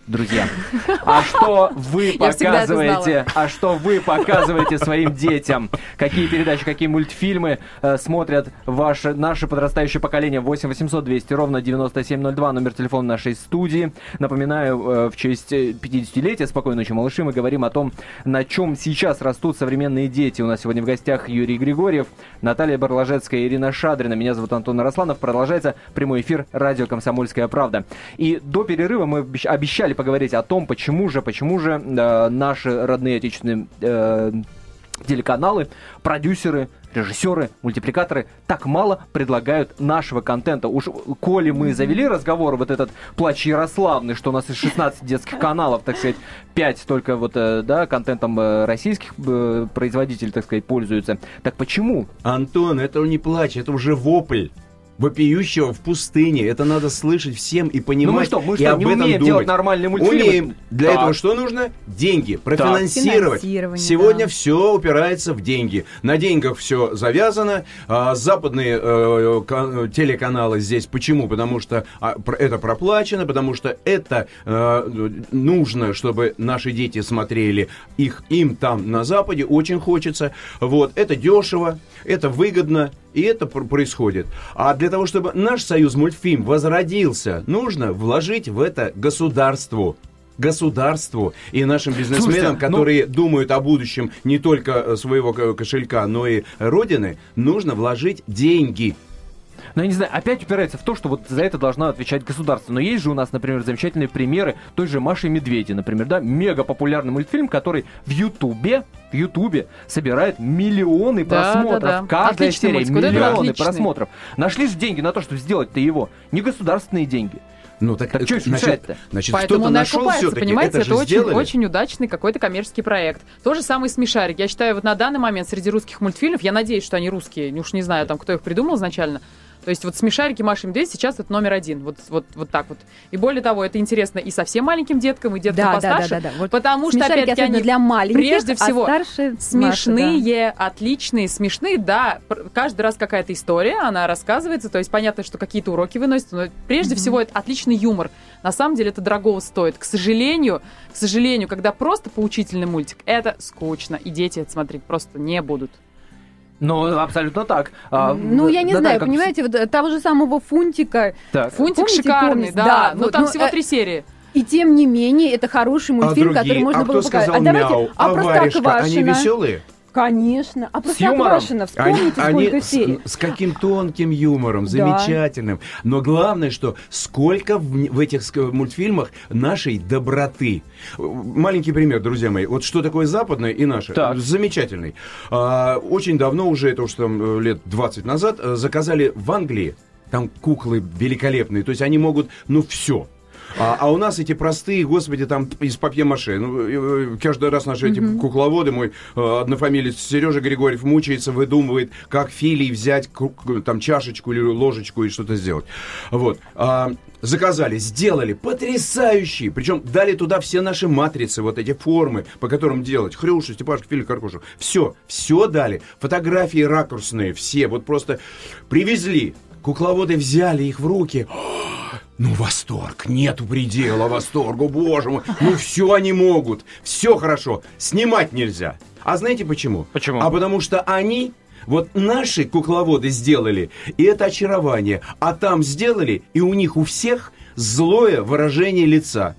Speaker 1: друзья. А что вы показываете? А что вы показываете своим детям? Какие передачи, какие мультфильмы э, смотрят ваше, наше подрастающее поколение? восемь восемьсот двести ровно девяносто семь ноль два, номер телефона нашей студии. Напоминаю, э, в честь пятидесятилетия «Спокойной ночи, малыши» мы говорим о том, на чем сейчас растут современные дети. У нас сегодня в гостях Юрий Григорьев, Наталья Барложецкая, Ирина Шадрина. Меня зовут Антон Арасланов. Продолжается прямой эфир радио «Комсомольская правда». И до перерыва мы обещали поговорить о том, почему же, почему же э, наши родные отечественные э, телеканалы, продюсеры, режиссеры, мультипликаторы так мало предлагают нашего контента. Уж коли мы завели разговор, вот этот плач Ярославны, что у нас из шестнадцати детских каналов, так сказать, пять только вот, да, контентом российских производителей, так сказать, пользуются. Так почему?
Speaker 3: Антон, это не плач, это уже вопль вопиющего в пустыне. Это надо слышать всем и понимать. Ну мы что, мы что, не умеем думать. Делать нормальные мультфильмы? Умеем. Для так. этого что нужно? Деньги. Профинансировать. Сегодня да. все упирается в деньги. На деньгах все завязано. А, западные э, к- телеканалы здесь. Почему? Потому что а, это проплачено, потому что это э, нужно, чтобы наши дети смотрели их, им там на Западе. Очень хочется. Вот. Это дешево, это выгодно. И это происходит. А для того, чтобы наш союз мультфильм возродился, нужно вложить в это государству. Государству и нашим бизнесменам, Слушайте, которые ну... думают о будущем не только своего кошелька, но и родины, нужно вложить деньги.
Speaker 1: Но я не знаю, опять упирается в то, что вот за это должно отвечать государство. Но есть же у нас, например, замечательные примеры той же Маши и Медведи, например, да, мега популярный мультфильм, который в Ютубе, в Ютубе собирает миллионы да, просмотров. Да, да. Каждая Отличный серия мультик. Миллионы просмотров. Нашли же деньги на то, чтобы сделать-то его. Не государственные деньги.
Speaker 3: Ну так,
Speaker 1: так что значит,
Speaker 3: значит
Speaker 4: Поэтому
Speaker 3: кто-то нашел все-таки.
Speaker 4: Понимаете,
Speaker 3: это,
Speaker 4: это очень, очень удачный какой-то коммерческий проект. То же самое «Смешарики». Я считаю, вот на данный момент среди русских мультфильмов, я надеюсь, что они русские, уж не знаю, там, кто их придумал изначально, то есть вот «Смешарики», «Маша и Медведь» сейчас это номер один. Вот, вот, вот так вот. И более того, это интересно и совсем маленьким деткам, и деткам
Speaker 2: да,
Speaker 4: постарше.
Speaker 2: Да, да, да, да. Вот
Speaker 4: потому что, опять-таки, они
Speaker 2: для маленьких,
Speaker 4: прежде всего
Speaker 2: а
Speaker 4: смешные,
Speaker 2: Маша, да.
Speaker 4: отличные, смешные. Да, каждый раз какая-то история, она рассказывается. То есть понятно, что какие-то уроки выносят, но прежде mm-hmm. всего это отличный юмор. На самом деле это дорогого стоит. К сожалению, к сожалению, когда просто поучительный мультик, это скучно. И дети это смотреть просто не будут.
Speaker 1: Ну, абсолютно так. А,
Speaker 2: ну, я не
Speaker 1: да,
Speaker 2: знаю,
Speaker 1: да, как...
Speaker 2: понимаете, вот того же самого Фунтика.
Speaker 1: Так.
Speaker 4: Фунтик помните, шикарный, помните? Да, да, но вот, там ну, всего три серии.
Speaker 2: И тем не менее, это хороший мультфильм, а который можно
Speaker 3: а
Speaker 2: было показать.
Speaker 3: А давайте, мяу,
Speaker 2: а, а
Speaker 3: Простоквашино, они веселые?
Speaker 2: Конечно. А Простоквашино, вспомните,
Speaker 3: они,
Speaker 2: сколько
Speaker 3: они
Speaker 2: серий.
Speaker 3: С, с каким тонким юмором, замечательным. Да. Но главное, что сколько в, в этих мультфильмах нашей доброты. Маленький пример, друзья мои. Вот что такое западное и наше. Так. Замечательный. А, очень давно, уже это уж там лет двадцать назад, заказали в Англии. Там куклы великолепные. То есть они могут, ну, все. А, а у нас эти простые, господи, там из папье-маше. Ну, каждый раз наши эти mm-hmm. кукловоды, мой однофамилец Сережа Григорьев мучается, выдумывает, как филий взять там чашечку или ложечку и что-то сделать. Вот. А, заказали, сделали, потрясающие. Причем дали туда все наши матрицы, вот эти формы, по которым делать. Хрюшу, Степашку, Филий, Каркушу. Все, все дали. Фотографии ракурсные, все. Вот просто привезли. Кукловоды взяли их в руки. Ну, восторг, нету предела восторгу, боже мой. Ну, все они могут, все хорошо, снимать нельзя. А знаете почему?
Speaker 1: Почему?
Speaker 3: А потому что они, вот наши кукловоды сделали, и это очарование. А там сделали, и у них у всех злое выражение лица.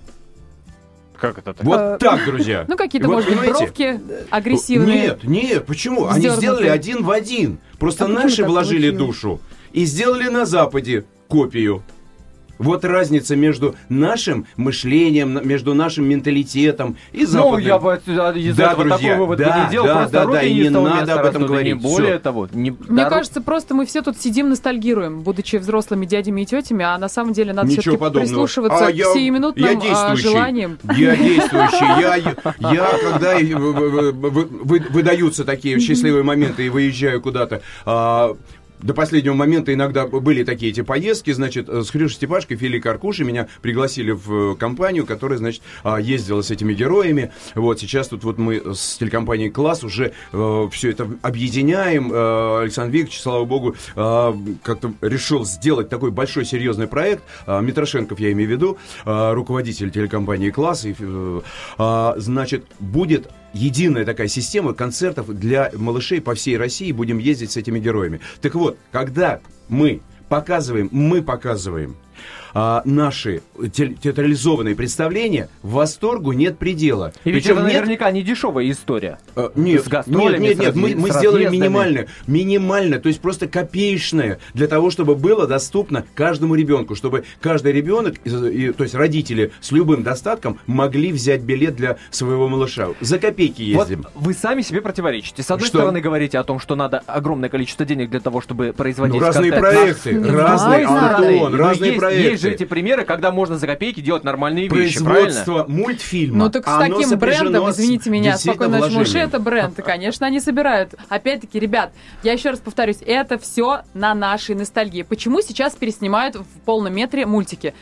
Speaker 1: Как это так?
Speaker 3: Вот так, друзья.
Speaker 4: Ну, какие-то, может быть, бровки агрессивные.
Speaker 3: Нет, нет, почему? Они сделали один в один. Просто наши вложили душу и сделали на Западе копию. Вот разница между нашим мышлением, между нашим менталитетом и западным.
Speaker 1: Ну, я бы из
Speaker 3: да,
Speaker 1: этого
Speaker 3: друзья,
Speaker 1: такой вывод
Speaker 3: да,
Speaker 1: бы не делал,
Speaker 3: да,
Speaker 1: просто
Speaker 3: да,
Speaker 1: руки
Speaker 3: да,
Speaker 1: не,
Speaker 3: не
Speaker 1: с того
Speaker 3: надо
Speaker 1: места
Speaker 3: об этом
Speaker 1: растут,
Speaker 3: говорить.
Speaker 1: Не более
Speaker 3: Все.
Speaker 1: того. Не,
Speaker 4: Мне
Speaker 1: да,
Speaker 4: кажется, просто мы все тут сидим, ностальгируем, будучи взрослыми дядями и тетями, а на самом деле надо
Speaker 3: Ничего
Speaker 4: все-таки
Speaker 3: подобного.
Speaker 4: прислушиваться
Speaker 3: а
Speaker 4: к
Speaker 3: я,
Speaker 4: сиюминутным
Speaker 3: я действующий.
Speaker 4: желаниям.
Speaker 3: Я действующий. Я, я когда вы, вы, выдаются такие счастливые моменты и выезжаю куда-то, до последнего момента иногда были такие эти поездки, значит, с Хрюшей Степашкой, Филей Каркушей меня пригласили в компанию, которая, значит, ездила с этими героями. Вот, сейчас тут вот мы с телекомпанией «Класс» уже э, все это объединяем. Э, Александр Викторович, слава богу, э, как-то решил сделать такой большой серьезный проект. Э, Митрошенков, я имею в виду, э, руководитель телекомпании «Класс». И, э, э, значит, будет единая такая система концертов для малышей по всей России. Будем ездить с этими героями. Так вот, когда мы показываем, мы показываем а, наши те- театрализованные представления, восторгу нет предела.
Speaker 1: И ведь
Speaker 3: Причем
Speaker 1: это
Speaker 3: нет...
Speaker 1: наверняка не дешевая история.
Speaker 3: А, нет,
Speaker 1: с гастролями,
Speaker 3: нет, нет, нет,
Speaker 1: с
Speaker 3: мы, мы
Speaker 1: с
Speaker 3: сделали
Speaker 1: разъездами.
Speaker 3: минимальное, минимальное, то есть просто копеечное, для того, чтобы было доступно каждому ребенку, чтобы каждый ребенок, и, и, то есть родители с любым достатком могли взять билет для своего малыша. За копейки ездим.
Speaker 1: Вот вы сами себе противоречите. С одной
Speaker 3: Что?
Speaker 1: стороны, говорите о том, что надо огромное количество денег для того, чтобы производить
Speaker 3: Ну, разные
Speaker 1: контент.
Speaker 3: проекты,
Speaker 1: С
Speaker 3: разные,
Speaker 1: другой стороны,
Speaker 3: Антон,
Speaker 1: ну,
Speaker 3: разные
Speaker 1: есть,
Speaker 3: проекты.
Speaker 1: Есть же эти примеры, когда можно за копейки делать нормальные вещи, правильно?
Speaker 3: Производство мультфильма.
Speaker 4: Ну так с
Speaker 3: оно
Speaker 4: таким
Speaker 3: сопряжено
Speaker 4: брендом,
Speaker 3: с
Speaker 4: извините меня,
Speaker 3: действительно
Speaker 4: спокойно ночи
Speaker 3: вложением.
Speaker 4: это бренд. И, конечно, они собирают. Опять-таки, ребят, я еще раз повторюсь, это все на нашей ностальгии. Почему сейчас переснимают в полном метре мультики?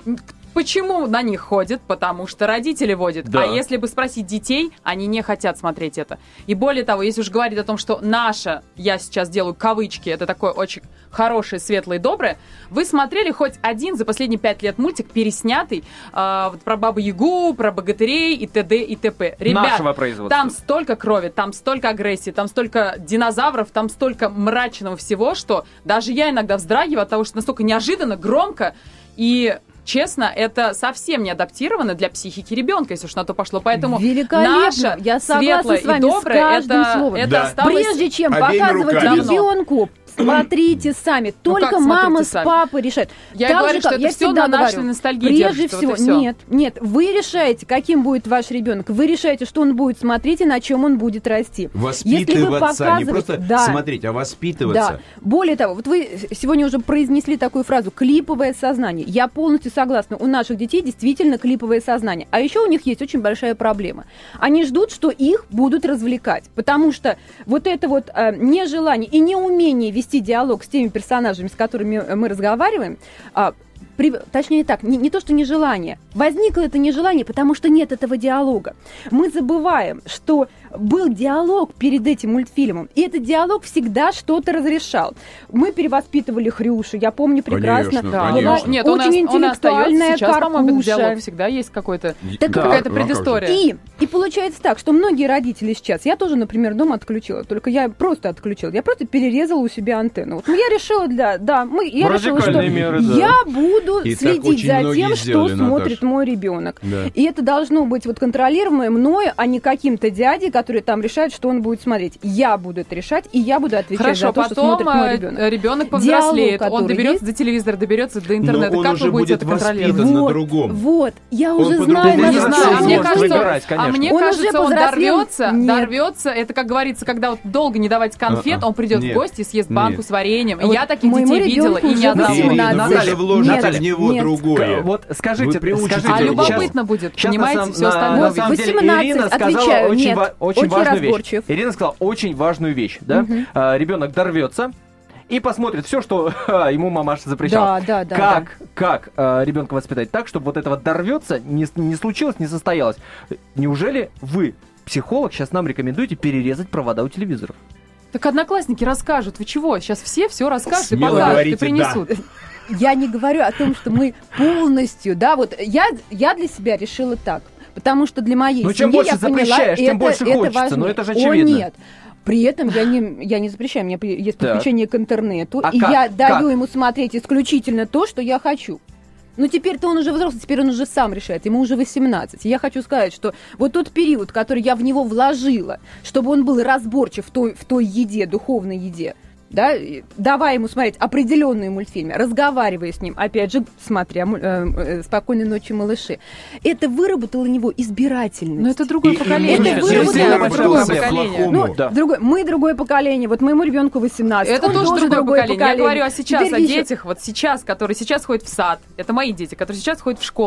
Speaker 4: Почему на них ходят? Потому что родители водят.
Speaker 1: Да.
Speaker 4: А если бы спросить детей, они не хотят смотреть это. И более того, если уж говорить о том, что наша, я сейчас делаю кавычки, это такое очень хорошее, светлое и доброе, вы смотрели хоть один за последние пять лет мультик, переснятый, э, вот про Бабу-Ягу, про богатырей и т.д. и т.п. Ребят,
Speaker 1: Нашего производства.
Speaker 4: там столько крови, там столько агрессии, там столько динозавров, там столько мрачного всего, что даже я иногда вздрагиваю от того, что настолько неожиданно, громко и... Честно, это совсем не адаптировано для психики ребенка, если уж на то пошло. Поэтому
Speaker 2: великолепно.
Speaker 4: наша
Speaker 2: Я согласна
Speaker 4: светлая
Speaker 2: с вами
Speaker 4: и добрая,
Speaker 2: с каждым
Speaker 4: это,
Speaker 2: словом.
Speaker 4: это
Speaker 3: Да.
Speaker 4: осталось...
Speaker 2: Прежде чем
Speaker 3: обеими
Speaker 2: показывать
Speaker 3: руками.
Speaker 2: ребенку, смотрите сами.
Speaker 4: Ну,
Speaker 2: Только
Speaker 4: как
Speaker 2: мама
Speaker 4: смотрите
Speaker 2: с
Speaker 4: сами?
Speaker 2: папой решают.
Speaker 4: Я
Speaker 2: Так
Speaker 4: говорю,
Speaker 2: же,
Speaker 4: что
Speaker 2: как
Speaker 4: это
Speaker 2: я
Speaker 4: всё
Speaker 2: всегда
Speaker 4: на нашей
Speaker 2: говорю,
Speaker 4: ностальгии
Speaker 2: прежде
Speaker 4: держится,
Speaker 2: всего,
Speaker 4: вот и всё.
Speaker 2: нет, нет, вы решаете, каким будет ваш ребенок. Вы решаете, что он будет смотреть и на чем он будет расти.
Speaker 3: Воспитываться, не просто
Speaker 2: да,
Speaker 3: смотреть, а воспитываться.
Speaker 2: Да. Более того, вот вы сегодня уже произнесли такую фразу «клиповое сознание». Я полностью согласна. У наших детей действительно клиповое сознание. А еще у них есть очень большая проблема. Они ждут, что их будут развлекать. Потому что вот это вот э, нежелание и неумение вести диалог с теми персонажами, с которыми мы разговариваем, э, при, точнее так, не, не то, что нежелание. Возникло это нежелание, потому что нет этого диалога. Мы забываем, что был диалог перед этим мультфильмом, и этот диалог всегда что-то разрешал. Мы перевоспитывали Хрюшу, я помню прекрасно.
Speaker 3: Конечно,
Speaker 4: Да.
Speaker 2: Была
Speaker 3: конечно.
Speaker 4: Нет, он
Speaker 2: очень
Speaker 4: и- он и остается
Speaker 2: интеллектуальная
Speaker 4: сейчас, по-моему, этот
Speaker 2: Каркуша.
Speaker 4: диалог всегда есть какой-то,
Speaker 2: Так
Speaker 3: Да,
Speaker 4: какая-то
Speaker 3: ну, а как же?
Speaker 4: предыстория.
Speaker 2: И, и получается так, что многие родители сейчас, я тоже, например, дома отключила, только я просто отключила, я просто перерезала у себя антенну. Вот я решила, для, да, мы, я решила, что
Speaker 1: Радикальные меры, да.
Speaker 2: я буду
Speaker 3: И так
Speaker 2: следить
Speaker 3: очень
Speaker 2: за
Speaker 3: многие
Speaker 2: тем, что
Speaker 3: сделали,
Speaker 2: смотрит
Speaker 3: Наташа.
Speaker 2: мой ребенок.
Speaker 3: Да.
Speaker 2: И это должно быть вот контролируемое мною, а не каким-то дядей, который там решает, что он будет смотреть. Я буду это решать, и я буду отвечать
Speaker 4: Хорошо,
Speaker 2: за то, что
Speaker 4: потом
Speaker 2: смотрит мой
Speaker 4: э,
Speaker 2: ребенок.
Speaker 4: ребенок повзрослеет,
Speaker 2: Диалог,
Speaker 4: он
Speaker 2: который
Speaker 4: доберется
Speaker 2: есть.
Speaker 4: до телевизора, доберется до интернета.
Speaker 3: Но он
Speaker 4: Как
Speaker 3: уже
Speaker 4: вы будете
Speaker 3: будет
Speaker 4: это контролировать?
Speaker 3: воспитан на
Speaker 2: Вот,
Speaker 3: другом.
Speaker 2: вот, я
Speaker 3: Он
Speaker 2: уже
Speaker 3: по-другому
Speaker 2: знаю,
Speaker 3: не
Speaker 4: Я не
Speaker 3: знаю,
Speaker 4: знаю, а
Speaker 3: он
Speaker 4: мне
Speaker 3: может
Speaker 4: кажется,
Speaker 1: выбирать,
Speaker 4: а
Speaker 1: конечно.
Speaker 4: мне
Speaker 2: Он
Speaker 4: кажется,
Speaker 2: уже
Speaker 4: он
Speaker 2: повзрослел.
Speaker 4: дорвется,
Speaker 2: Нет.
Speaker 4: дорвется. Это, как говорится, когда вот долго не давать конфет,
Speaker 3: А-а.
Speaker 4: он придет
Speaker 3: Нет.
Speaker 4: в гости и съест банку
Speaker 3: Нет.
Speaker 4: с вареньем.
Speaker 2: Вот
Speaker 4: Я таких
Speaker 2: моему
Speaker 4: детей видела,
Speaker 2: ребенку
Speaker 4: и не
Speaker 2: уже
Speaker 4: одного.
Speaker 3: Ирина,
Speaker 2: восемнадцать.
Speaker 3: вы же вложите
Speaker 2: Нет,
Speaker 3: в него
Speaker 2: нет.
Speaker 3: другое.
Speaker 1: Вот скажите,
Speaker 3: Вы приучите
Speaker 1: скажите,
Speaker 4: А
Speaker 3: другого.
Speaker 4: любопытно будет,
Speaker 1: Сейчас
Speaker 4: понимаете,
Speaker 1: на сам-
Speaker 4: все
Speaker 1: на-
Speaker 4: остальное.
Speaker 1: На самом деле,
Speaker 2: восемнадцать,
Speaker 1: Ирина сказала
Speaker 2: отвечаю,
Speaker 1: очень,
Speaker 2: нет.
Speaker 1: ва- очень
Speaker 2: Очень
Speaker 1: важную вещь.
Speaker 2: разборчив.
Speaker 1: Ирина сказала очень важную вещь, да? А, ребенок дорвется и посмотрит все, что ха, ему мамаша запрещала.
Speaker 2: Да, да, да,
Speaker 1: Как, как а, ребенка воспитать так, чтобы вот этого дорвется, не, с- не случилось, не состоялось? Неужели вы, психолог, сейчас нам рекомендуете перерезать провода у телевизоров?
Speaker 4: Так одноклассники расскажут. Вы чего? Сейчас все все расскажут и
Speaker 3: Смело
Speaker 4: покажут, и
Speaker 3: говорите
Speaker 4: принесут.
Speaker 2: Я не говорю о том, что мы полностью, да, вот я, я для себя решила так, потому что для моей
Speaker 1: Ну, чем
Speaker 2: семьи
Speaker 1: больше
Speaker 2: я поняла,
Speaker 1: запрещаешь, тем
Speaker 2: это-
Speaker 1: больше
Speaker 2: это
Speaker 1: хочется,
Speaker 2: важнее.
Speaker 1: но это же
Speaker 2: О,
Speaker 1: очевидно.
Speaker 2: нет. При этом я не, я не запрещаю, у меня есть
Speaker 1: Так.
Speaker 2: подключение к интернету,
Speaker 1: А
Speaker 2: и
Speaker 1: как?
Speaker 2: я даю
Speaker 1: Как?
Speaker 2: ему смотреть исключительно то, что я хочу. Ну, теперь-то он уже взрослый, теперь он уже сам решает, ему уже восемнадцать. И я хочу сказать, что вот тот период, который я в него вложила, чтобы он был разборчив в той, в той еде, духовной еде, да, и давая ему смотреть определенные мультфильмы, разговаривая с ним, опять же, смотря э, э, «Спокойной ночи, малыши», это выработало у него избирательность.
Speaker 4: Но это другое
Speaker 3: И- и
Speaker 4: поколение.
Speaker 2: Это
Speaker 3: иммунитет
Speaker 2: выработало
Speaker 3: сделано
Speaker 2: другое
Speaker 3: к
Speaker 4: поколение.
Speaker 3: плохому.
Speaker 2: Ну,
Speaker 1: Да.
Speaker 2: другое, мы другое поколение, вот моему ребенку восемнадцать.
Speaker 4: Это
Speaker 2: он
Speaker 4: тоже другое поколение. Я говорю о сейчас,
Speaker 2: Теперь
Speaker 4: о
Speaker 2: еще-
Speaker 4: детях, вот сейчас, которые сейчас ходят в сад. Это мои дети, которые сейчас ходят в школу.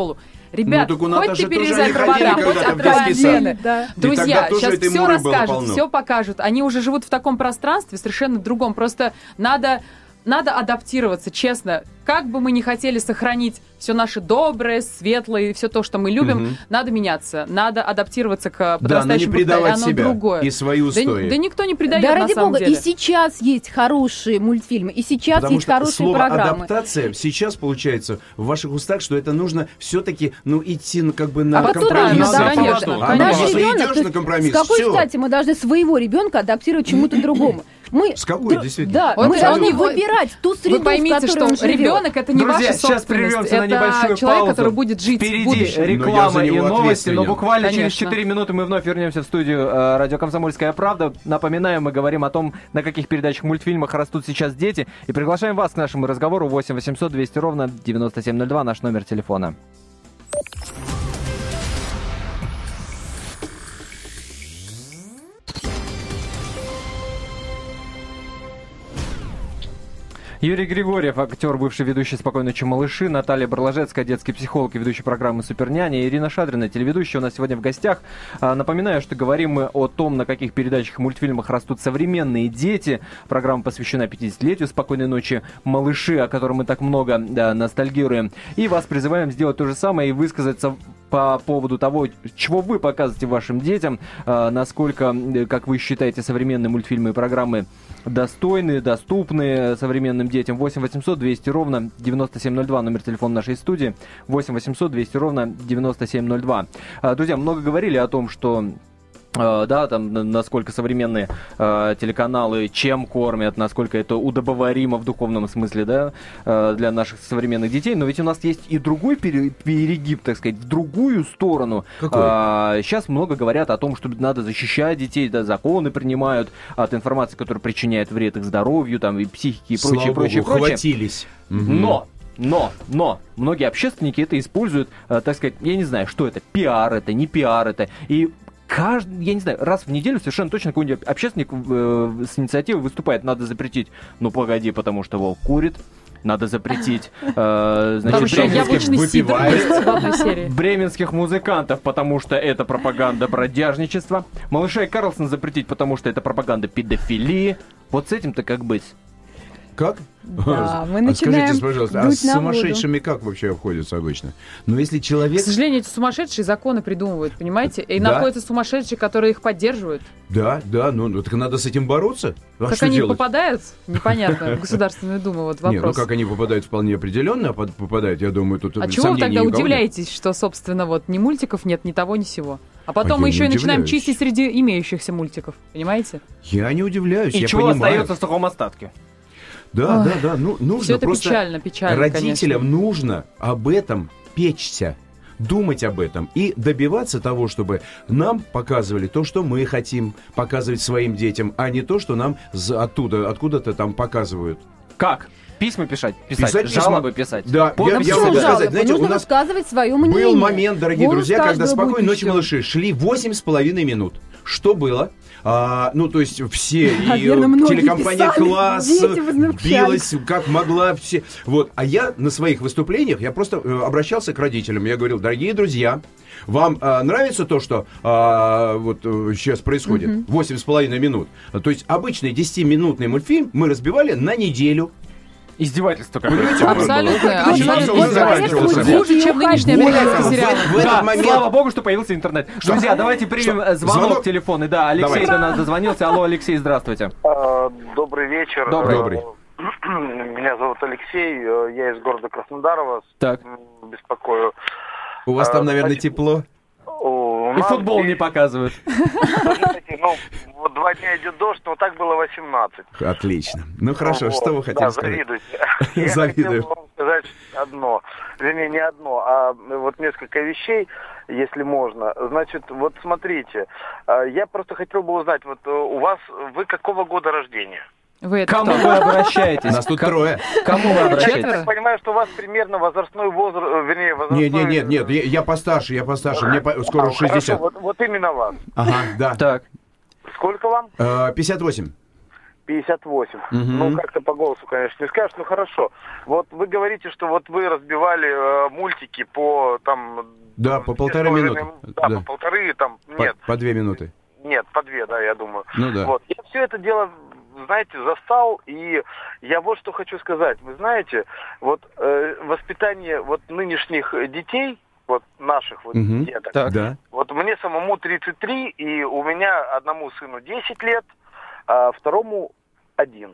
Speaker 4: Ребят,
Speaker 3: ну,
Speaker 4: хоть ты перерезай провода, хоть открывай вены.
Speaker 2: Да.
Speaker 4: Друзья, сейчас
Speaker 3: этой
Speaker 4: все
Speaker 3: муры
Speaker 4: расскажут,
Speaker 3: было полно.
Speaker 4: все покажут. Они уже живут в таком пространстве, совершенно другом. Просто надо... Надо адаптироваться, честно. Как бы мы ни хотели сохранить все наше доброе, светлое, все то, что мы любим, угу. надо меняться. Надо адаптироваться к подрастающему поколению.
Speaker 3: Да, но не предавать себя
Speaker 4: другое.
Speaker 3: и свои устои.
Speaker 4: Да, да никто не предает,
Speaker 2: да,
Speaker 4: на
Speaker 2: ради
Speaker 4: самом
Speaker 2: бога,
Speaker 4: деле.
Speaker 2: И сейчас есть хорошие мультфильмы, и сейчас
Speaker 3: Потому
Speaker 2: есть
Speaker 3: что
Speaker 2: хорошие
Speaker 3: слово
Speaker 2: программы.
Speaker 3: адаптация сейчас получается в ваших устах, что это нужно все-таки, ну, идти ну, как бы на
Speaker 2: а
Speaker 3: компромисс.
Speaker 4: Да, конечно,
Speaker 3: а
Speaker 4: конечно.
Speaker 3: если
Speaker 2: ребенок,
Speaker 3: идешь на компромисс,
Speaker 2: с какой
Speaker 3: все.
Speaker 2: стати мы должны своего ребенка адаптировать чему-то другому? Мы,
Speaker 3: С какой,
Speaker 2: да,
Speaker 3: действительно?
Speaker 2: Да,
Speaker 4: Вот
Speaker 2: мы
Speaker 4: он
Speaker 2: должны
Speaker 4: его-
Speaker 2: выбирать ту среду,
Speaker 4: Вы поймите,
Speaker 2: в которой
Speaker 4: что
Speaker 2: он живет.
Speaker 4: ребенок это не
Speaker 1: Друзья,
Speaker 4: ваша
Speaker 1: сейчас
Speaker 4: собственность,
Speaker 1: прервемся на
Speaker 4: это
Speaker 1: небольшую
Speaker 4: человек,
Speaker 1: паузу.
Speaker 4: который будет жить в
Speaker 1: Впереди
Speaker 4: будущем.
Speaker 1: реклама
Speaker 3: Но я за
Speaker 1: и
Speaker 3: него
Speaker 1: новости, но
Speaker 3: ответственен.
Speaker 1: буквально через
Speaker 4: Конечно.
Speaker 1: четыре минуты мы вновь вернемся в студию э, радио «Комсомольская правда». Напоминаю, мы говорим о том, на каких передачах, мультфильмах растут сейчас дети. И приглашаем вас к нашему разговору. восемь восемьсот двести ровно девяносто семь ноль два, наш номер телефона. Юрий Григорьев, актер, бывший ведущий «Спокойной ночи, малыши», Наталья Барложецкая, детский психолог и ведущий программы «Суперняня», Ирина Шадрина, телеведущая, у нас сегодня в гостях. А, напоминаю, что говорим мы о том, на каких передачах и мультфильмах растут современные дети. Программа посвящена пятидесятилетию «Спокойной ночи, малыши», о котором мы так много да, ностальгируем. И вас призываем сделать то же самое и высказаться по поводу того, чего вы показываете вашим детям, а, насколько, как вы считаете, современные мультфильмы и программы достойны, доступны современным детям. восемь восемьсот двести ровно девяносто семь ноль два, номер телефона нашей студии. восемь восемьсот двести ровно девяносто семь ноль два. А, друзья, много говорили о том, что Uh, да, там, насколько современные uh, телеканалы чем кормят, насколько это удобоваримо в духовном смысле, да, uh, для наших современных детей. Но ведь у нас есть и другой пере- перегиб, так сказать, в другую сторону. Uh, сейчас много говорят о том, что надо защищать детей, да, законы принимают от информации, которая причиняет вред их здоровью, там, и психике, и
Speaker 3: Слава
Speaker 1: прочее,
Speaker 3: Богу,
Speaker 1: прочее, прочее.
Speaker 3: хватились.
Speaker 1: Но! Но, но, многие общественники это используют, uh, так сказать, я не знаю, что это, пиар это, не пиар это, и каждый, я не знаю, раз в неделю совершенно точно какой-нибудь общественник э, с инициативой выступает, надо запретить, ну погоди, потому что волк курит, надо запретить, э, значит,
Speaker 4: бременских, выпивает.
Speaker 1: бременских музыкантов, потому что это пропаганда бродяжничества, малышей Карлсона запретить, потому что это пропаганда педофилии. Вот с этим-то как быть?
Speaker 2: Как? Да, мы
Speaker 3: а
Speaker 2: начинаем
Speaker 3: скажите, пожалуйста, а с сумасшедшими как вообще обходятся обычно? Но если человек...
Speaker 4: К сожалению, эти сумасшедшие законы придумывают, понимаете? И
Speaker 3: да?
Speaker 4: находятся сумасшедшие, которые их поддерживают.
Speaker 3: Да, да, ну, ну так надо с этим бороться. А
Speaker 4: как
Speaker 3: что
Speaker 4: они
Speaker 3: делать?
Speaker 4: попадают, непонятно, в Государственную Думу, вот вопрос.
Speaker 3: Не, ну как они попадают вполне определенно, а попадают, я думаю, тут
Speaker 4: А чего вы тогда
Speaker 3: никого
Speaker 4: удивляетесь,
Speaker 3: нет.
Speaker 4: что, собственно, вот ни мультиков нет, ни того, ни сего? А потом
Speaker 3: а
Speaker 4: мы еще и начинаем
Speaker 3: удивляюсь.
Speaker 4: чистить среди имеющихся мультиков, понимаете?
Speaker 3: Я не удивляюсь,
Speaker 1: И
Speaker 3: я
Speaker 1: чего
Speaker 3: понимаю.
Speaker 1: остается в сухом остатке?
Speaker 3: Да,
Speaker 4: Ой.
Speaker 3: да, да, ну, нужно
Speaker 4: Все это
Speaker 3: просто...
Speaker 4: печально, печально,
Speaker 3: Родителям
Speaker 4: конечно.
Speaker 3: нужно об этом печься, думать об этом и добиваться того, чтобы нам показывали то, что мы хотим показывать своим детям, а не то, что нам за- оттуда, откуда-то там показывают.
Speaker 1: Как? Письма писать? Писать,
Speaker 3: Писать письма.
Speaker 1: жалобы писать?
Speaker 3: Да,
Speaker 1: Подписи
Speaker 3: я- я
Speaker 2: Почему
Speaker 3: могу
Speaker 1: собирать?
Speaker 3: сказать,
Speaker 2: жалобы?
Speaker 3: знаете,
Speaker 2: Нужно
Speaker 3: у нас
Speaker 2: высказывать свое мнение.
Speaker 3: Был момент, дорогие
Speaker 2: Голос
Speaker 3: друзья, когда
Speaker 2: каждого
Speaker 3: «Спокойной
Speaker 2: будет
Speaker 3: ночи,
Speaker 2: всё.
Speaker 3: малыши» шли восемь с половиной минут. Что было? А, ну, то есть все, и
Speaker 2: Наверное, многие
Speaker 3: телекомпания
Speaker 2: писали,
Speaker 3: «Класс»
Speaker 2: дети возмущались.
Speaker 3: билась, как могла, все. Вот. А я на своих выступлениях, я просто э, обращался к родителям, я говорил: дорогие друзья, вам э, нравится то, что э, вот э, сейчас происходит? Восемь с половиной минут. То есть обычный десятиминутный мультфильм мы разбивали на неделю.
Speaker 1: Издевательство какое-то.
Speaker 3: Понимаете,
Speaker 4: Абсолютно.
Speaker 3: Начинался
Speaker 4: абсолютно.
Speaker 3: издевательство.
Speaker 4: Хуже, чем нынешний
Speaker 3: Вот,
Speaker 4: американский
Speaker 3: вот,
Speaker 4: сериал.
Speaker 3: в этот
Speaker 1: Да,
Speaker 3: момент-
Speaker 1: слава богу, что появился интернет. Друзья, давайте примем
Speaker 3: Что?
Speaker 1: э, звонок,
Speaker 3: Звонок?
Speaker 1: телефонный. Да, Алексей
Speaker 3: Давайте.
Speaker 1: до нас дозвонился. Алло, Алексей, здравствуйте.
Speaker 5: А, Добрый вечер.
Speaker 1: Добрый.
Speaker 3: Добрый.
Speaker 5: Э, Меня зовут Алексей, э, я из города Краснодара вас
Speaker 1: Так.
Speaker 5: м, беспокою.
Speaker 3: У вас там,
Speaker 5: А,
Speaker 3: наверное,
Speaker 5: значит,
Speaker 3: тепло.
Speaker 5: У
Speaker 1: И
Speaker 5: нас
Speaker 1: футбол не
Speaker 5: здесь,
Speaker 1: показывают.
Speaker 5: знаете, ну, вот два дня идет дождь, но так было восемнадцать.
Speaker 3: Отлично. Ну хорошо,
Speaker 5: Вот,
Speaker 3: что вы хотели
Speaker 5: да,
Speaker 3: сказать?
Speaker 5: завидуйте. Я
Speaker 3: Завидую.
Speaker 5: хотел вам сказать одно, вернее, не одно, а вот несколько вещей, если можно. Значит, вот смотрите, э, я просто хотел бы узнать, вот э, у вас, вы какого года рождения?
Speaker 4: Вы это
Speaker 1: Кому
Speaker 4: кто?
Speaker 1: вы обращаетесь?
Speaker 3: Нас тут
Speaker 1: Ко-
Speaker 3: трое.
Speaker 1: Кому вы
Speaker 5: Я
Speaker 1: обращаетесь?
Speaker 5: так понимаю, что у вас примерно возрастной возраст, э, вернее, возрастной...
Speaker 3: Нет, нет, нет, нет, я, я постарше, я постарше, мне по- скоро
Speaker 5: А, хорошо,
Speaker 3: шестьдесят.
Speaker 5: вот, вот именно вас.
Speaker 3: Ага, да.
Speaker 1: Так.
Speaker 5: Сколько вам?
Speaker 3: Э, пятьдесят восемь.
Speaker 5: пятьдесят восемь.
Speaker 3: Угу.
Speaker 5: Ну, как-то по голосу, конечно, не скажешь, ну хорошо. Вот вы говорите, что вот вы разбивали э, мультики по там...
Speaker 3: Да, по полторы минуты.
Speaker 5: Да,
Speaker 3: да,
Speaker 5: по полторы, там, нет.
Speaker 3: По, по две минуты.
Speaker 5: Нет, по две, да, я думаю.
Speaker 3: Ну да.
Speaker 5: Вот. Я все это дело, знаете, застал, и я вот что хочу сказать. Вы знаете, вот э, воспитание вот нынешних детей, вот наших вот
Speaker 3: Угу.
Speaker 5: деток,
Speaker 3: Так. Да.
Speaker 5: вот мне самому тридцать три, и у меня одному сыну десять лет, а второму один.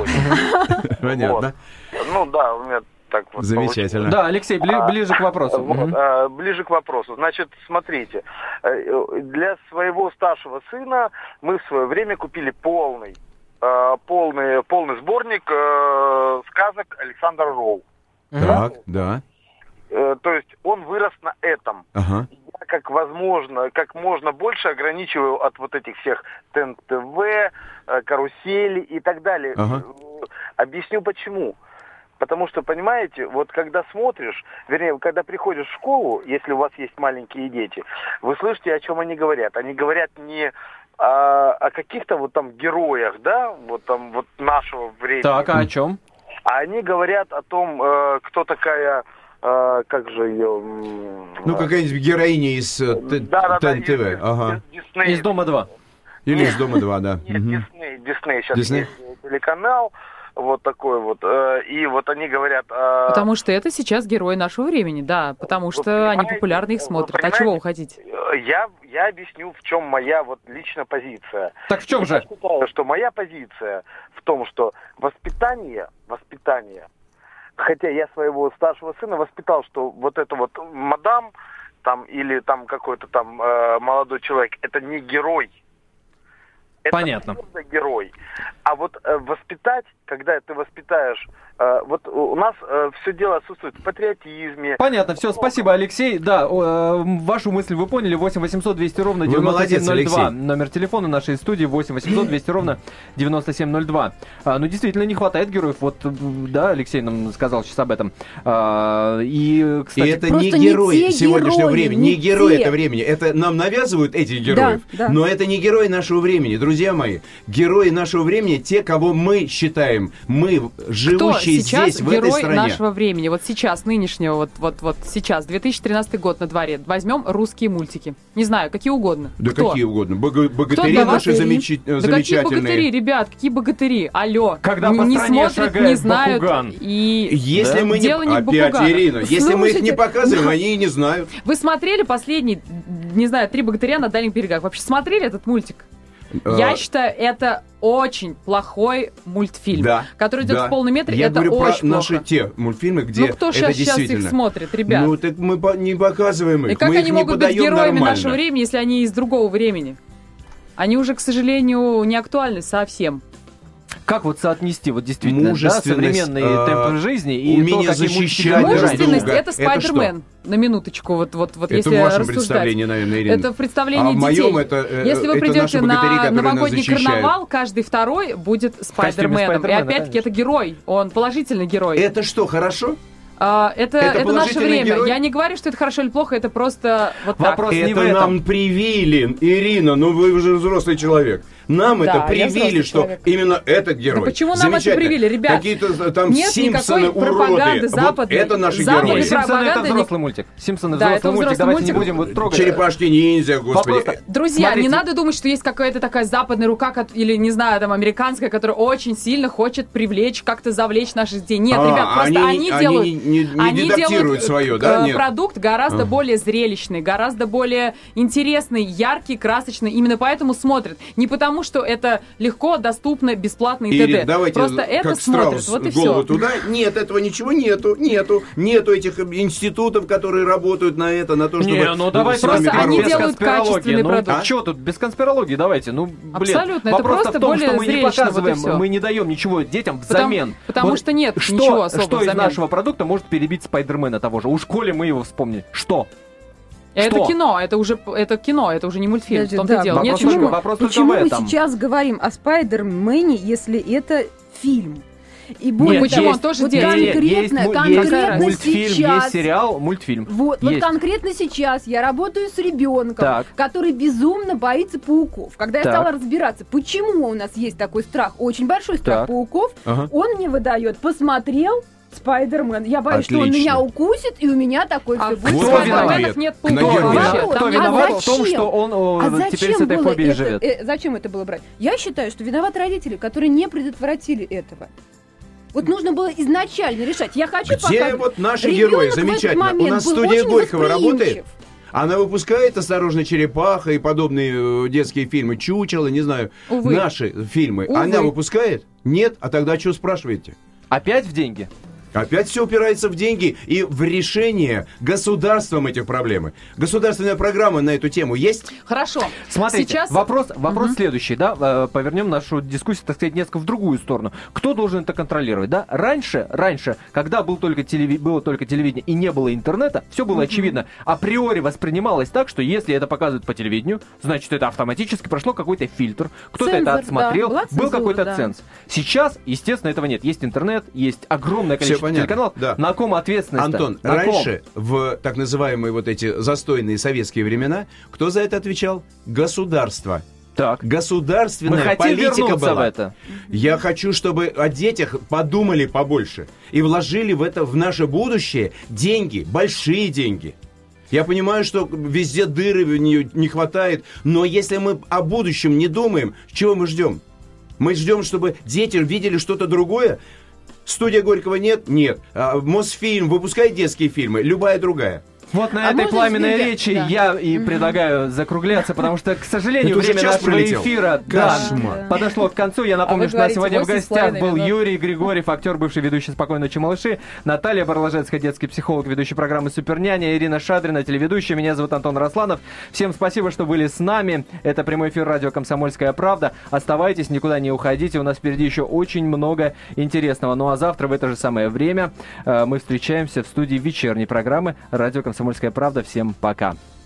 Speaker 3: Понятно.
Speaker 5: Ну да, у меня так вот
Speaker 3: замечательно.
Speaker 1: Да, Алексей, бли-
Speaker 5: А,
Speaker 1: ближе к вопросу.
Speaker 5: Вот,
Speaker 1: Мгм.
Speaker 5: а, ближе к вопросу. Значит, смотрите, э, для своего старшего сына мы в свое время купили полный, э, полный, полный сборник э, сказок Александра Роу.
Speaker 3: Так, да.
Speaker 5: Э, то есть он вырос на этом.
Speaker 3: Ага.
Speaker 5: Я как возможно, как можно больше ограничиваю от вот этих всех ТНТ-ТВ, э, карусели и так далее.
Speaker 3: Ага.
Speaker 5: Э, Объясню почему. Потому что, понимаете, вот когда смотришь, вернее, когда приходишь в школу, если у вас есть маленькие дети, вы слышите, о чем они говорят. Они говорят не о, о каких-то вот там героях, да, вот там вот нашего времени.
Speaker 1: Так, а о чем?
Speaker 5: А они говорят о том, э, кто такая, э, как же ее...
Speaker 3: Ну, какая-нибудь героиня из э, т-
Speaker 5: да, да, да,
Speaker 3: ТНТ.
Speaker 5: из,
Speaker 3: Ага.
Speaker 5: из Дисней.
Speaker 1: Из «Дома два».
Speaker 3: Или
Speaker 5: Нет.
Speaker 3: из «Дома два», да.
Speaker 5: Нет,
Speaker 3: Мгм.
Speaker 5: Дисней, Дисней сейчас
Speaker 3: Дисней?
Speaker 5: есть телеканал, вот такой вот, э, и вот они говорят... э,
Speaker 4: Потому что это сейчас герои нашего времени, да, потому
Speaker 5: Вы
Speaker 4: что они
Speaker 5: понимаете,
Speaker 4: популярно их
Speaker 5: вы
Speaker 4: смотрят. А
Speaker 5: понимаете,
Speaker 4: чего вы хотите?
Speaker 5: э, Я, я объясню, в чем моя вот личная позиция.
Speaker 1: Так в чем
Speaker 5: Я
Speaker 1: же?
Speaker 5: считаю, что моя позиция в том, что воспитание, воспитание, хотя я своего старшего сына воспитал, что вот это вот мадам там или там какой-то там э, молодой человек, это не герой. Это
Speaker 1: Понятно.
Speaker 5: просто герой. А вот э, воспитать, когда ты воспитаешь, э, вот у нас э, все дело отсутствует в патриотизме.
Speaker 1: Понятно, все, спасибо, Алексей. Да, о, э, вашу мысль вы поняли. восемь восемьсот двести ровно
Speaker 3: Вы
Speaker 1: девяносто
Speaker 3: молодец,
Speaker 1: семь ноль два.
Speaker 3: Алексей.
Speaker 1: Номер телефона нашей студии восемь восемьсот двести ровно девяносто семь ноль два. А, ну, действительно, не хватает героев. Вот, да, Алексей нам сказал сейчас об этом. А, и, кстати...
Speaker 3: И это
Speaker 2: Просто
Speaker 3: не
Speaker 2: не
Speaker 3: герой
Speaker 2: те
Speaker 3: сегодняшнего
Speaker 2: герои,
Speaker 3: времени,
Speaker 2: не
Speaker 3: не герой
Speaker 2: те.
Speaker 3: этого времени. Это нам навязывают этих героев,
Speaker 2: Да, да.
Speaker 3: но это не герои нашего времени, друзья мои. Герои нашего времени те, кого мы считаем, мы,
Speaker 4: Кто
Speaker 3: живущие
Speaker 4: сейчас
Speaker 3: здесь, в этой
Speaker 4: герой
Speaker 3: стране.
Speaker 4: нашего времени? Вот сейчас, нынешнего, вот, вот, вот сейчас, две тысячи тринадцатый год на дворе. Возьмем русские мультики. Не знаю, какие угодно.
Speaker 3: Да
Speaker 4: Кто?
Speaker 3: какие угодно. Бога-
Speaker 4: Кто
Speaker 3: Богатыри
Speaker 4: для вас
Speaker 3: наши
Speaker 4: герой?
Speaker 3: замечи-
Speaker 4: Да какие
Speaker 3: замечательные.
Speaker 4: богатыри, ребят, какие богатыри? Алло.
Speaker 1: Когда
Speaker 4: Н-
Speaker 1: по
Speaker 4: не
Speaker 1: стране
Speaker 4: смотрят,
Speaker 1: шагает
Speaker 4: не знают.
Speaker 1: Бакуган.
Speaker 4: И
Speaker 3: Если
Speaker 1: Да?
Speaker 3: мы не...
Speaker 4: Дело не в
Speaker 3: Опять,
Speaker 4: Бакуганах.
Speaker 3: Ирина, если мы их не
Speaker 2: Слушайте,
Speaker 3: показываем, они и не знают.
Speaker 4: вы смотрели последний, не знаю, «Три богатыря на дальних берегах»? Вообще смотрели этот мультик? Я
Speaker 3: Э,
Speaker 4: считаю, это очень плохой мультфильм,
Speaker 3: Да,
Speaker 4: который идет
Speaker 3: да.
Speaker 4: в полный метр.
Speaker 3: Я
Speaker 4: это
Speaker 3: говорю
Speaker 4: очень
Speaker 3: про наши
Speaker 4: плохо.
Speaker 3: те мультфильмы, где
Speaker 4: Ну кто
Speaker 3: это
Speaker 4: сейчас, сейчас
Speaker 3: действительно...
Speaker 4: их смотрит, ребят?
Speaker 3: Ну, так мы по- не показываем их.
Speaker 4: И как
Speaker 3: мы
Speaker 4: они
Speaker 3: их не
Speaker 4: могут быть
Speaker 3: подаем
Speaker 4: героями
Speaker 3: нормально.
Speaker 4: нашего времени, если они из другого времени? Они уже, к сожалению, не актуальны совсем.
Speaker 1: Как вот соотнести вот действительно да,
Speaker 3: Мужественность,
Speaker 1: современные
Speaker 3: э,
Speaker 1: темпы жизни и то,
Speaker 3: умение
Speaker 1: какие мультики
Speaker 3: защищать
Speaker 1: были
Speaker 3: друг
Speaker 1: раньше?
Speaker 4: Мужественность
Speaker 3: друга.
Speaker 4: это
Speaker 3: Это
Speaker 4: Спайдермен. На минуточку, вот, вот, вот
Speaker 3: Это
Speaker 4: если
Speaker 3: в вашем
Speaker 4: рассуждать.
Speaker 3: представлении, наверное, Ирина.
Speaker 4: Это в представлении
Speaker 3: А в
Speaker 4: детей.
Speaker 3: моем это, э,
Speaker 4: Если вы
Speaker 3: это
Speaker 4: придете
Speaker 3: наши богатыри,
Speaker 4: на
Speaker 3: которые нас
Speaker 4: новогодний
Speaker 3: защищают.
Speaker 4: карнавал, каждый второй будет Спайдерменом. И
Speaker 1: Спайдермена,
Speaker 4: опять-таки
Speaker 1: конечно.
Speaker 4: это герой. Он положительный герой.
Speaker 3: Это что, хорошо?
Speaker 4: А, это,
Speaker 3: это
Speaker 4: это, наше
Speaker 3: положительный
Speaker 4: время.
Speaker 3: герой?
Speaker 4: Я не говорю, что это хорошо или плохо, это просто вот
Speaker 1: Вопрос
Speaker 4: так.
Speaker 1: не в
Speaker 3: Это
Speaker 1: этом.
Speaker 3: нам привили, Ирина, ну вы уже взрослый человек. Нам
Speaker 4: Да,
Speaker 3: это
Speaker 4: я
Speaker 3: привили,
Speaker 4: взрослый
Speaker 3: что
Speaker 4: человек.
Speaker 3: именно этот герой.
Speaker 4: Да почему нам это
Speaker 3: Замечательно.
Speaker 4: привили, ребят?
Speaker 3: Какие-то там
Speaker 4: Нет
Speaker 3: Симпсоны,
Speaker 4: никакой пропаганды
Speaker 3: уроды.
Speaker 4: западной.
Speaker 3: Вот это наши
Speaker 4: Западной
Speaker 3: герои.
Speaker 1: Симпсоны это
Speaker 4: пропаганда не-
Speaker 1: взрослый мультик. Симпсоны
Speaker 4: Да,
Speaker 1: взрослый
Speaker 4: это
Speaker 1: мультик.
Speaker 4: взрослый
Speaker 1: Давайте
Speaker 4: мультик.
Speaker 1: не будем вот трогать.
Speaker 3: Черепашки-ниндзя, господи.
Speaker 1: Вопрос-
Speaker 4: Друзья,
Speaker 1: Смотрите.
Speaker 4: не надо думать, что есть какая-то такая западная рука, кот- или, не знаю, там, американская, которая очень сильно хочет привлечь, как-то завлечь наших детей. Нет,
Speaker 3: А,
Speaker 4: ребят, просто
Speaker 3: они-
Speaker 4: они,
Speaker 3: они
Speaker 4: делают...
Speaker 3: не- не- не
Speaker 4: они
Speaker 3: дедактируют
Speaker 4: делают,
Speaker 3: своё,
Speaker 4: э,
Speaker 3: да? Нет.
Speaker 4: продукт гораздо
Speaker 3: А.
Speaker 4: более зрелищный, гораздо более интересный, яркий, красочный. Именно поэтому смотрят. Не потому, что это легко, доступно, бесплатно и
Speaker 3: Или
Speaker 4: т.д.
Speaker 3: давайте,
Speaker 4: Просто это
Speaker 3: как
Speaker 4: смотрят.
Speaker 3: страус,
Speaker 4: Вот и
Speaker 3: голову
Speaker 4: все.
Speaker 3: туда. Нет, этого ничего нету, нету. Нету этих институтов, которые работают на это, на то, чтобы...
Speaker 1: Не, ну давайте
Speaker 3: с вами
Speaker 4: Просто они
Speaker 3: бороться.
Speaker 1: без
Speaker 4: делают
Speaker 1: конспирологии.
Speaker 4: качественный
Speaker 1: Ну,
Speaker 4: продукт.
Speaker 1: а? Что тут без конспирологии? Давайте, ну, блин.
Speaker 4: Абсолютно, это
Speaker 1: Вопрос-то
Speaker 4: просто
Speaker 1: в том,
Speaker 4: более
Speaker 1: что мы не
Speaker 4: зрелищно, вот и
Speaker 1: показываем,
Speaker 4: всё.
Speaker 1: мы не даем ничего детям
Speaker 4: Потому-
Speaker 1: взамен.
Speaker 4: потому что нет
Speaker 1: что,
Speaker 4: ничего особо
Speaker 1: Что из
Speaker 4: взамен.
Speaker 1: нашего продукта может перебить Спайдермена того же? У школе мы его вспомнили. Что?
Speaker 4: Это
Speaker 1: Что?
Speaker 4: кино, это уже это кино, это уже не мультфильм.
Speaker 2: Подожди,
Speaker 4: в том-то
Speaker 2: да,
Speaker 4: и дело. Нет,
Speaker 1: вопрос
Speaker 2: почему
Speaker 1: только- вопрос только
Speaker 2: почему
Speaker 1: в
Speaker 2: мы
Speaker 1: этом.
Speaker 2: сейчас говорим о Спайдермене, если это фильм? И более
Speaker 4: Нет,
Speaker 2: того,
Speaker 4: он тоже
Speaker 2: вот
Speaker 4: детский.
Speaker 2: конкретно,
Speaker 1: есть,
Speaker 2: конкретно
Speaker 1: есть мультфильм,
Speaker 2: сейчас...
Speaker 1: есть сериал, мультфильм.
Speaker 2: Вот,
Speaker 1: есть.
Speaker 2: вот конкретно сейчас я работаю с ребенком,
Speaker 1: Так.
Speaker 2: который безумно боится пауков. Когда я
Speaker 1: Так.
Speaker 2: стала разбираться, почему у нас есть такой страх, очень большой страх
Speaker 1: Так.
Speaker 2: пауков,
Speaker 1: Ага.
Speaker 2: он мне выдает, посмотрел Спайдермен. Я боюсь, что он
Speaker 3: Отлично.
Speaker 2: меня укусит, и у меня такой
Speaker 4: А
Speaker 2: все
Speaker 4: в
Speaker 2: будет.
Speaker 1: Кто
Speaker 4: «Спайдерменах»
Speaker 1: виноват?
Speaker 4: нет
Speaker 3: Кто
Speaker 4: пауков
Speaker 3: виноват?
Speaker 4: вообще.
Speaker 2: Вопрос.
Speaker 1: Кто
Speaker 4: Там
Speaker 1: виноват
Speaker 2: А
Speaker 1: в том,
Speaker 2: зачем?
Speaker 1: что он о,
Speaker 2: А
Speaker 1: теперь
Speaker 2: зачем
Speaker 1: с этой
Speaker 2: было
Speaker 1: фобией
Speaker 2: это,
Speaker 1: живет?
Speaker 2: э, зачем это было брать? Я считаю, что виноваты родители, которые не предотвратили этого. Вот нужно было изначально решать. Я хочу
Speaker 3: Где
Speaker 2: показывать.
Speaker 3: вот наши
Speaker 2: Ребенок
Speaker 3: герои?
Speaker 2: в этот
Speaker 3: Замечательно. У
Speaker 2: момент
Speaker 3: нас
Speaker 2: был
Speaker 3: студия
Speaker 2: очень
Speaker 3: Горького работает.
Speaker 2: восприимчив.
Speaker 3: Она выпускает «Осторожно, черепаха» и подобные э, детские фильмы, «Чучело», не знаю,
Speaker 4: Увы.
Speaker 3: наши фильмы.
Speaker 4: Увы.
Speaker 3: Она выпускает? Нет? А тогда что спрашиваете?
Speaker 1: Опять в деньги?
Speaker 3: Опять все упирается в деньги и в решение государством этих проблем. Государственная программа на эту тему есть?
Speaker 4: Хорошо.
Speaker 1: Смотрите,
Speaker 4: Сейчас...
Speaker 1: вопрос, вопрос
Speaker 4: Мгм.
Speaker 1: следующий, да, э, повернем нашу дискуссию, так сказать, несколько в другую сторону. Кто должен это контролировать, да? Раньше, раньше, когда был только телеви- было только телевидение и не было интернета, все было очевидно. Априори воспринималось так, что если это показывают по телевидению, значит, это автоматически прошло какой-то фильтр, кто-то
Speaker 2: Цензор,
Speaker 1: это отсмотрел,
Speaker 2: да, была
Speaker 1: был
Speaker 2: цензура,
Speaker 1: какой-то
Speaker 2: да.
Speaker 1: ценз. Сейчас, естественно, этого нет. Есть интернет, есть огромное
Speaker 3: Всё
Speaker 1: количество
Speaker 3: понятно,
Speaker 1: телеканалов.
Speaker 3: да.
Speaker 1: На ком ответственность?
Speaker 3: Антон, раньше, в так называемые вот эти застойные советские времена, кто за это отвечал? Государство.
Speaker 1: Так. Мы
Speaker 3: Государственная
Speaker 1: хотим
Speaker 3: политика
Speaker 1: вернуться
Speaker 3: была.
Speaker 1: в это.
Speaker 3: Я хочу, чтобы о детях подумали побольше и вложили в это, в наше будущее, деньги, большие деньги. Я понимаю, что везде дыры не, не хватает, но если мы о будущем не думаем, чего мы ждем? Мы ждем, чтобы дети видели что-то другое. Студия Горького нет? Нет. А Мосфильм выпускает детские фильмы? Любая другая.
Speaker 1: Вот на
Speaker 2: А
Speaker 1: этой
Speaker 2: можно
Speaker 1: пламенной
Speaker 2: теперь я-
Speaker 1: речи
Speaker 2: да.
Speaker 1: я и предлагаю закругляться, потому что, к сожалению,
Speaker 3: Это уже
Speaker 1: время
Speaker 3: час
Speaker 1: нашего
Speaker 3: пролетел.
Speaker 1: эфира да,
Speaker 3: Кошмар.
Speaker 1: подошло к концу. Я напомню,
Speaker 4: А вы
Speaker 1: что у нас
Speaker 4: говорите,
Speaker 1: сегодня в
Speaker 4: восемь с
Speaker 1: гостях
Speaker 4: половиной
Speaker 1: был
Speaker 4: минут.
Speaker 1: Юрий Григорьев, актер, бывший ведущий «Спокойной ночи, малыши», Наталья Барлажецкая, детский психолог, ведущий программы «Суперняня», Ирина Шадрина, телеведущая. Меня зовут Антон Росланов. Всем спасибо, что были с нами. Это прямой эфир радио «Комсомольская правда». Оставайтесь, никуда не уходите. У нас впереди еще очень много интересного. Ну а завтра в это же самое время э, мы встречаемся в студии вечерней программы радио «Комсомольская правда». Всем пока.